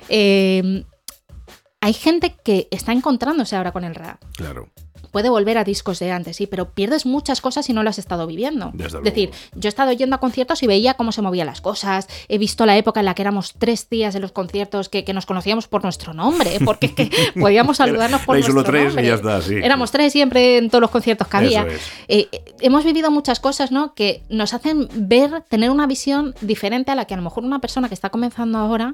Hay gente que está encontrándose ahora con el rap. Claro. Puede volver a discos de antes, sí, pero pierdes muchas cosas si no lo has estado viviendo. Es decir, yo he estado yendo a conciertos y veía cómo se movían las cosas. He visto la época en la que éramos 3 días en los conciertos que nos conocíamos por nuestro nombre, porque es que podíamos saludarnos por nuestro nombre. Solo 3 y ya está, sí. Éramos 3 siempre en todos los conciertos que había. Eso es. Hemos vivido muchas cosas, ¿no?, que nos hacen tener una visión diferente a la que a lo mejor una persona que está comenzando ahora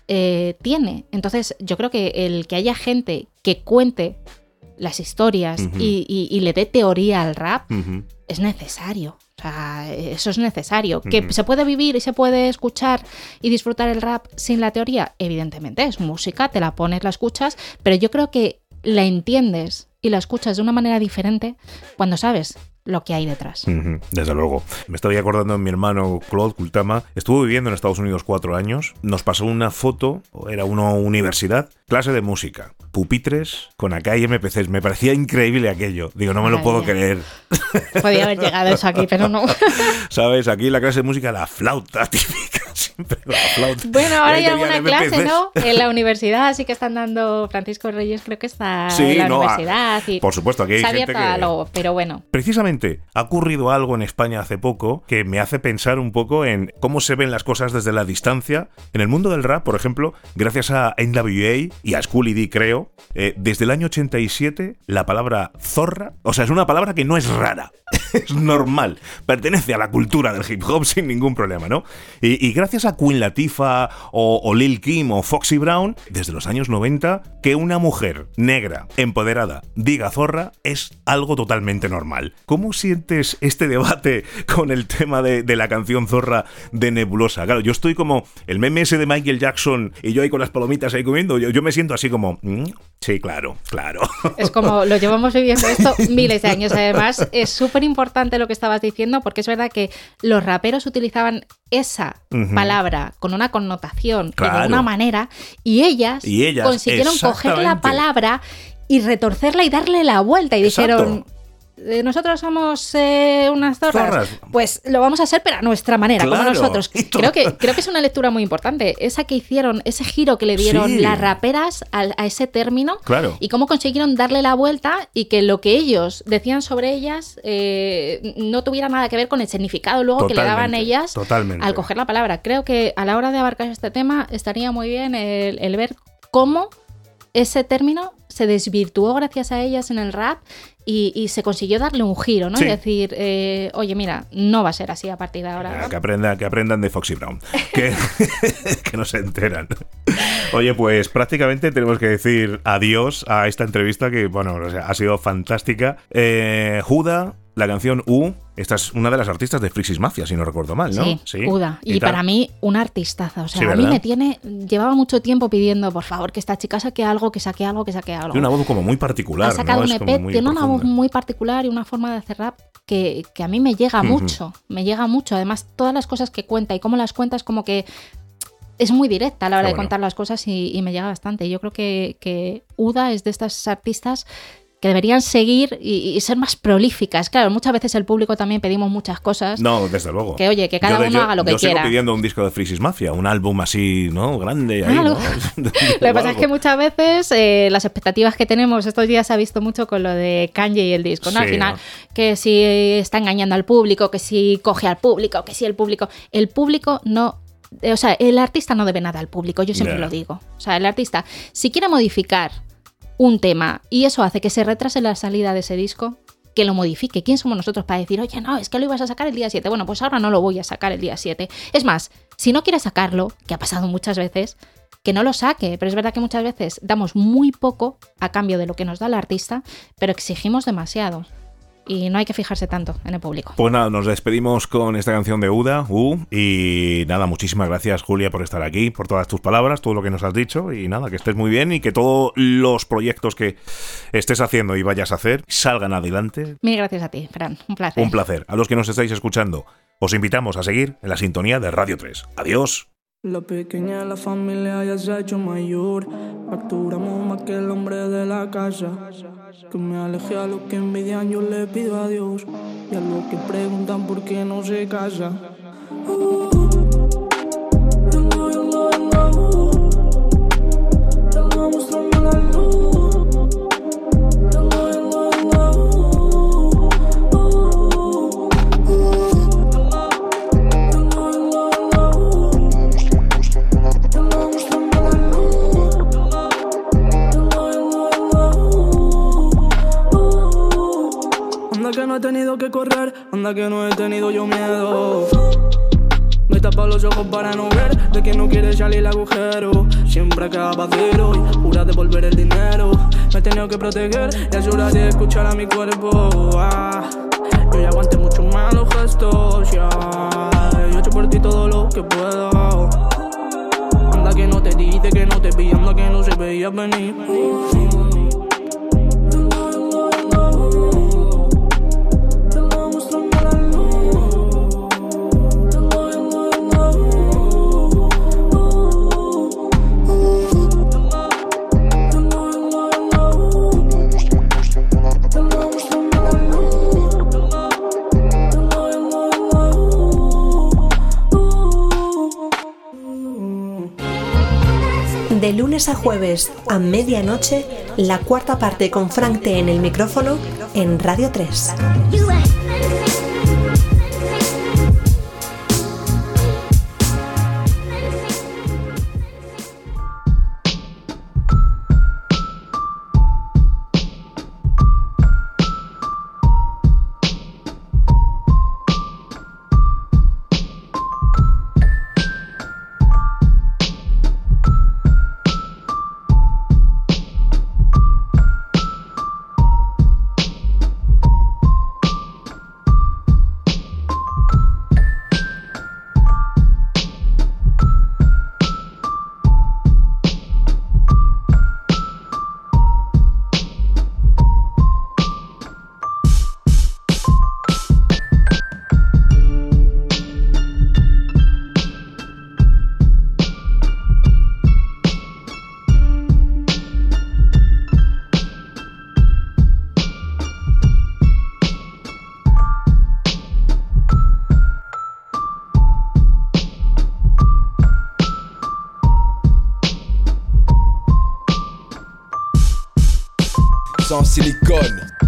tiene. Entonces, yo creo que el que haya gente que cuente las historias y le dé teoría al rap es necesario. O sea, eso es necesario. ¿Que se puede vivir y se puede escuchar y disfrutar el rap sin la teoría? Evidentemente, es música, te la pones, la escuchas, pero yo creo que la entiendes y la escuchas de una manera diferente cuando sabes lo que hay detrás. Desde luego. Me estoy acordando de mi hermano Claude Kultama. Estuvo viviendo en Estados Unidos 4 años. Nos pasó una foto, era una universidad, clase de música, pupitres con acá y MPCs. Me parecía increíble aquello. Digo, no me lo puedo creer. Podía haber llegado eso aquí, pero no. ¿Sabes? Aquí en la clase de música, la flauta típica. Siempre la flauta. Bueno, ahora hay alguna clase, ¿no? En la universidad sí que están dando. Francisco Reyes creo que está en la universidad. Y por supuesto, aquí hay gente abierta a algo, pero bueno. Precisamente ha ocurrido algo en España hace poco que me hace pensar un poco en cómo se ven las cosas desde la distancia. En el mundo del rap, por ejemplo, gracias a NWA y a Schooly D, creo, desde el año 87, la palabra zorra, o sea, es una palabra que no es rara, es normal, pertenece a la cultura del hip hop sin ningún problema, ¿no? Y gracias a Queen Latifah o Lil Kim o Foxy Brown, desde los años 90, que una mujer negra, empoderada, diga zorra, es algo totalmente normal. ¿Cómo sientes este debate con el tema de la canción Zorra de Nebulosa? Claro, yo estoy como el meme ese de Michael Jackson y yo ahí con las palomitas ahí comiendo, yo me siento así como, sí, claro. Es como, lo llevamos viviendo esto miles de años. Además, es súper importante lo que estabas diciendo, porque es verdad que los raperos utilizaban esa palabra con una connotación y de una manera, y ellas consiguieron coger la palabra y retorcerla y darle la vuelta y dijeron... Nosotros somos unas zorras, pues lo vamos a hacer pero a nuestra manera, como nosotros. Creo que es una lectura muy importante, esa que hicieron, ese giro que le dieron las raperas a ese término, y cómo consiguieron darle la vuelta y que lo que ellos decían sobre ellas no tuviera nada que ver con el significado luego que le daban ellas al coger la palabra. Creo que a la hora de abarcar este tema estaría muy bien el ver cómo ese término se desvirtuó gracias a ellas en el rap y se consiguió darle un giro, ¿no? Y decir, oye, mira, no va a ser así a partir de ahora, ¿no? Que aprendan de Foxy Brown, que no se enteran. Oye, pues prácticamente tenemos que decir adiós a esta entrevista que, bueno, o sea, ha sido fantástica. Juda, la canción esta es una de las artistas de Frixis Mafia, si no recuerdo mal, ¿no? Sí, Uda. Y para mí, una artistaza. O sea, sí, a mí llevaba mucho tiempo pidiendo, por favor, que esta chica saque algo. Tiene una voz como muy particular, ha sacado ¿no? un EP, tiene una voz muy particular y una forma de hacer rap que a mí me llega mucho. Me llega mucho. Además, todas las cosas que cuenta y cómo las cuenta es como que es muy directa a la hora de contar las cosas y me llega bastante. Yo creo que Uda es de estas artistas que deberían seguir y ser más prolíficas. Claro, muchas veces el público también pedimos muchas cosas. No, desde luego. Que oye, que cada uno haga lo que quiera. Yo sigo pidiendo un disco de Frixis Mafia, un álbum así, ¿no? Grande ahí, ¿no? Lo que pasa es que muchas veces las expectativas que tenemos, estos días se ha visto mucho con lo de Kanye y el disco, ¿no? Sí, al final, ¿no? Que si está engañando al público, que si coge al público, que si el público no... O sea, el artista no debe nada al público, yo siempre lo digo. O sea, el artista, si quiere modificar un tema y eso hace que se retrase la salida de ese disco, que lo modifique. ¿Quién somos nosotros para decir, oye, no, es que lo ibas a sacar el día 7? Bueno, pues ahora no lo voy a sacar el día 7. Es más, si no quiere sacarlo, que ha pasado muchas veces, que no lo saque. Pero es verdad que muchas veces damos muy poco a cambio de lo que nos da el artista, pero exigimos demasiado. Y no hay que fijarse tanto en el público. Pues nada, nos despedimos con esta canción de Uda, y nada, muchísimas gracias, Julia, por estar aquí, por todas tus palabras, todo lo que nos has dicho, y nada, que estés muy bien y que todos los proyectos que estés haciendo y vayas a hacer salgan adelante. Mil gracias a ti, Fran, un placer. Un placer. A los que nos estáis escuchando, os invitamos a seguir en la sintonía de Radio 3. Adiós. La pequeña de la familia ya se ha hecho mayor. Facturamos más que el hombre de la casa. Que me aleje a los que envidian, yo le pido a Dios. Y a los que preguntan por qué no se casa. Que no he tenido que correr, anda que no he tenido yo miedo. Me tapa los ojos para no ver de que no quiere salir el agujero. Siempre acaba cero y jura devolver el dinero. Me he tenido que proteger y es hora de escuchar a mi cuerpo. Yo ya aguanté mucho más los gestos, Yo he hecho por ti todo lo que puedo. Anda que no te dice que no te vi, anda que no se veía venir. De lunes a jueves a medianoche, la cuarta parte con Frank T en el micrófono en Radio 3. Sans silicone.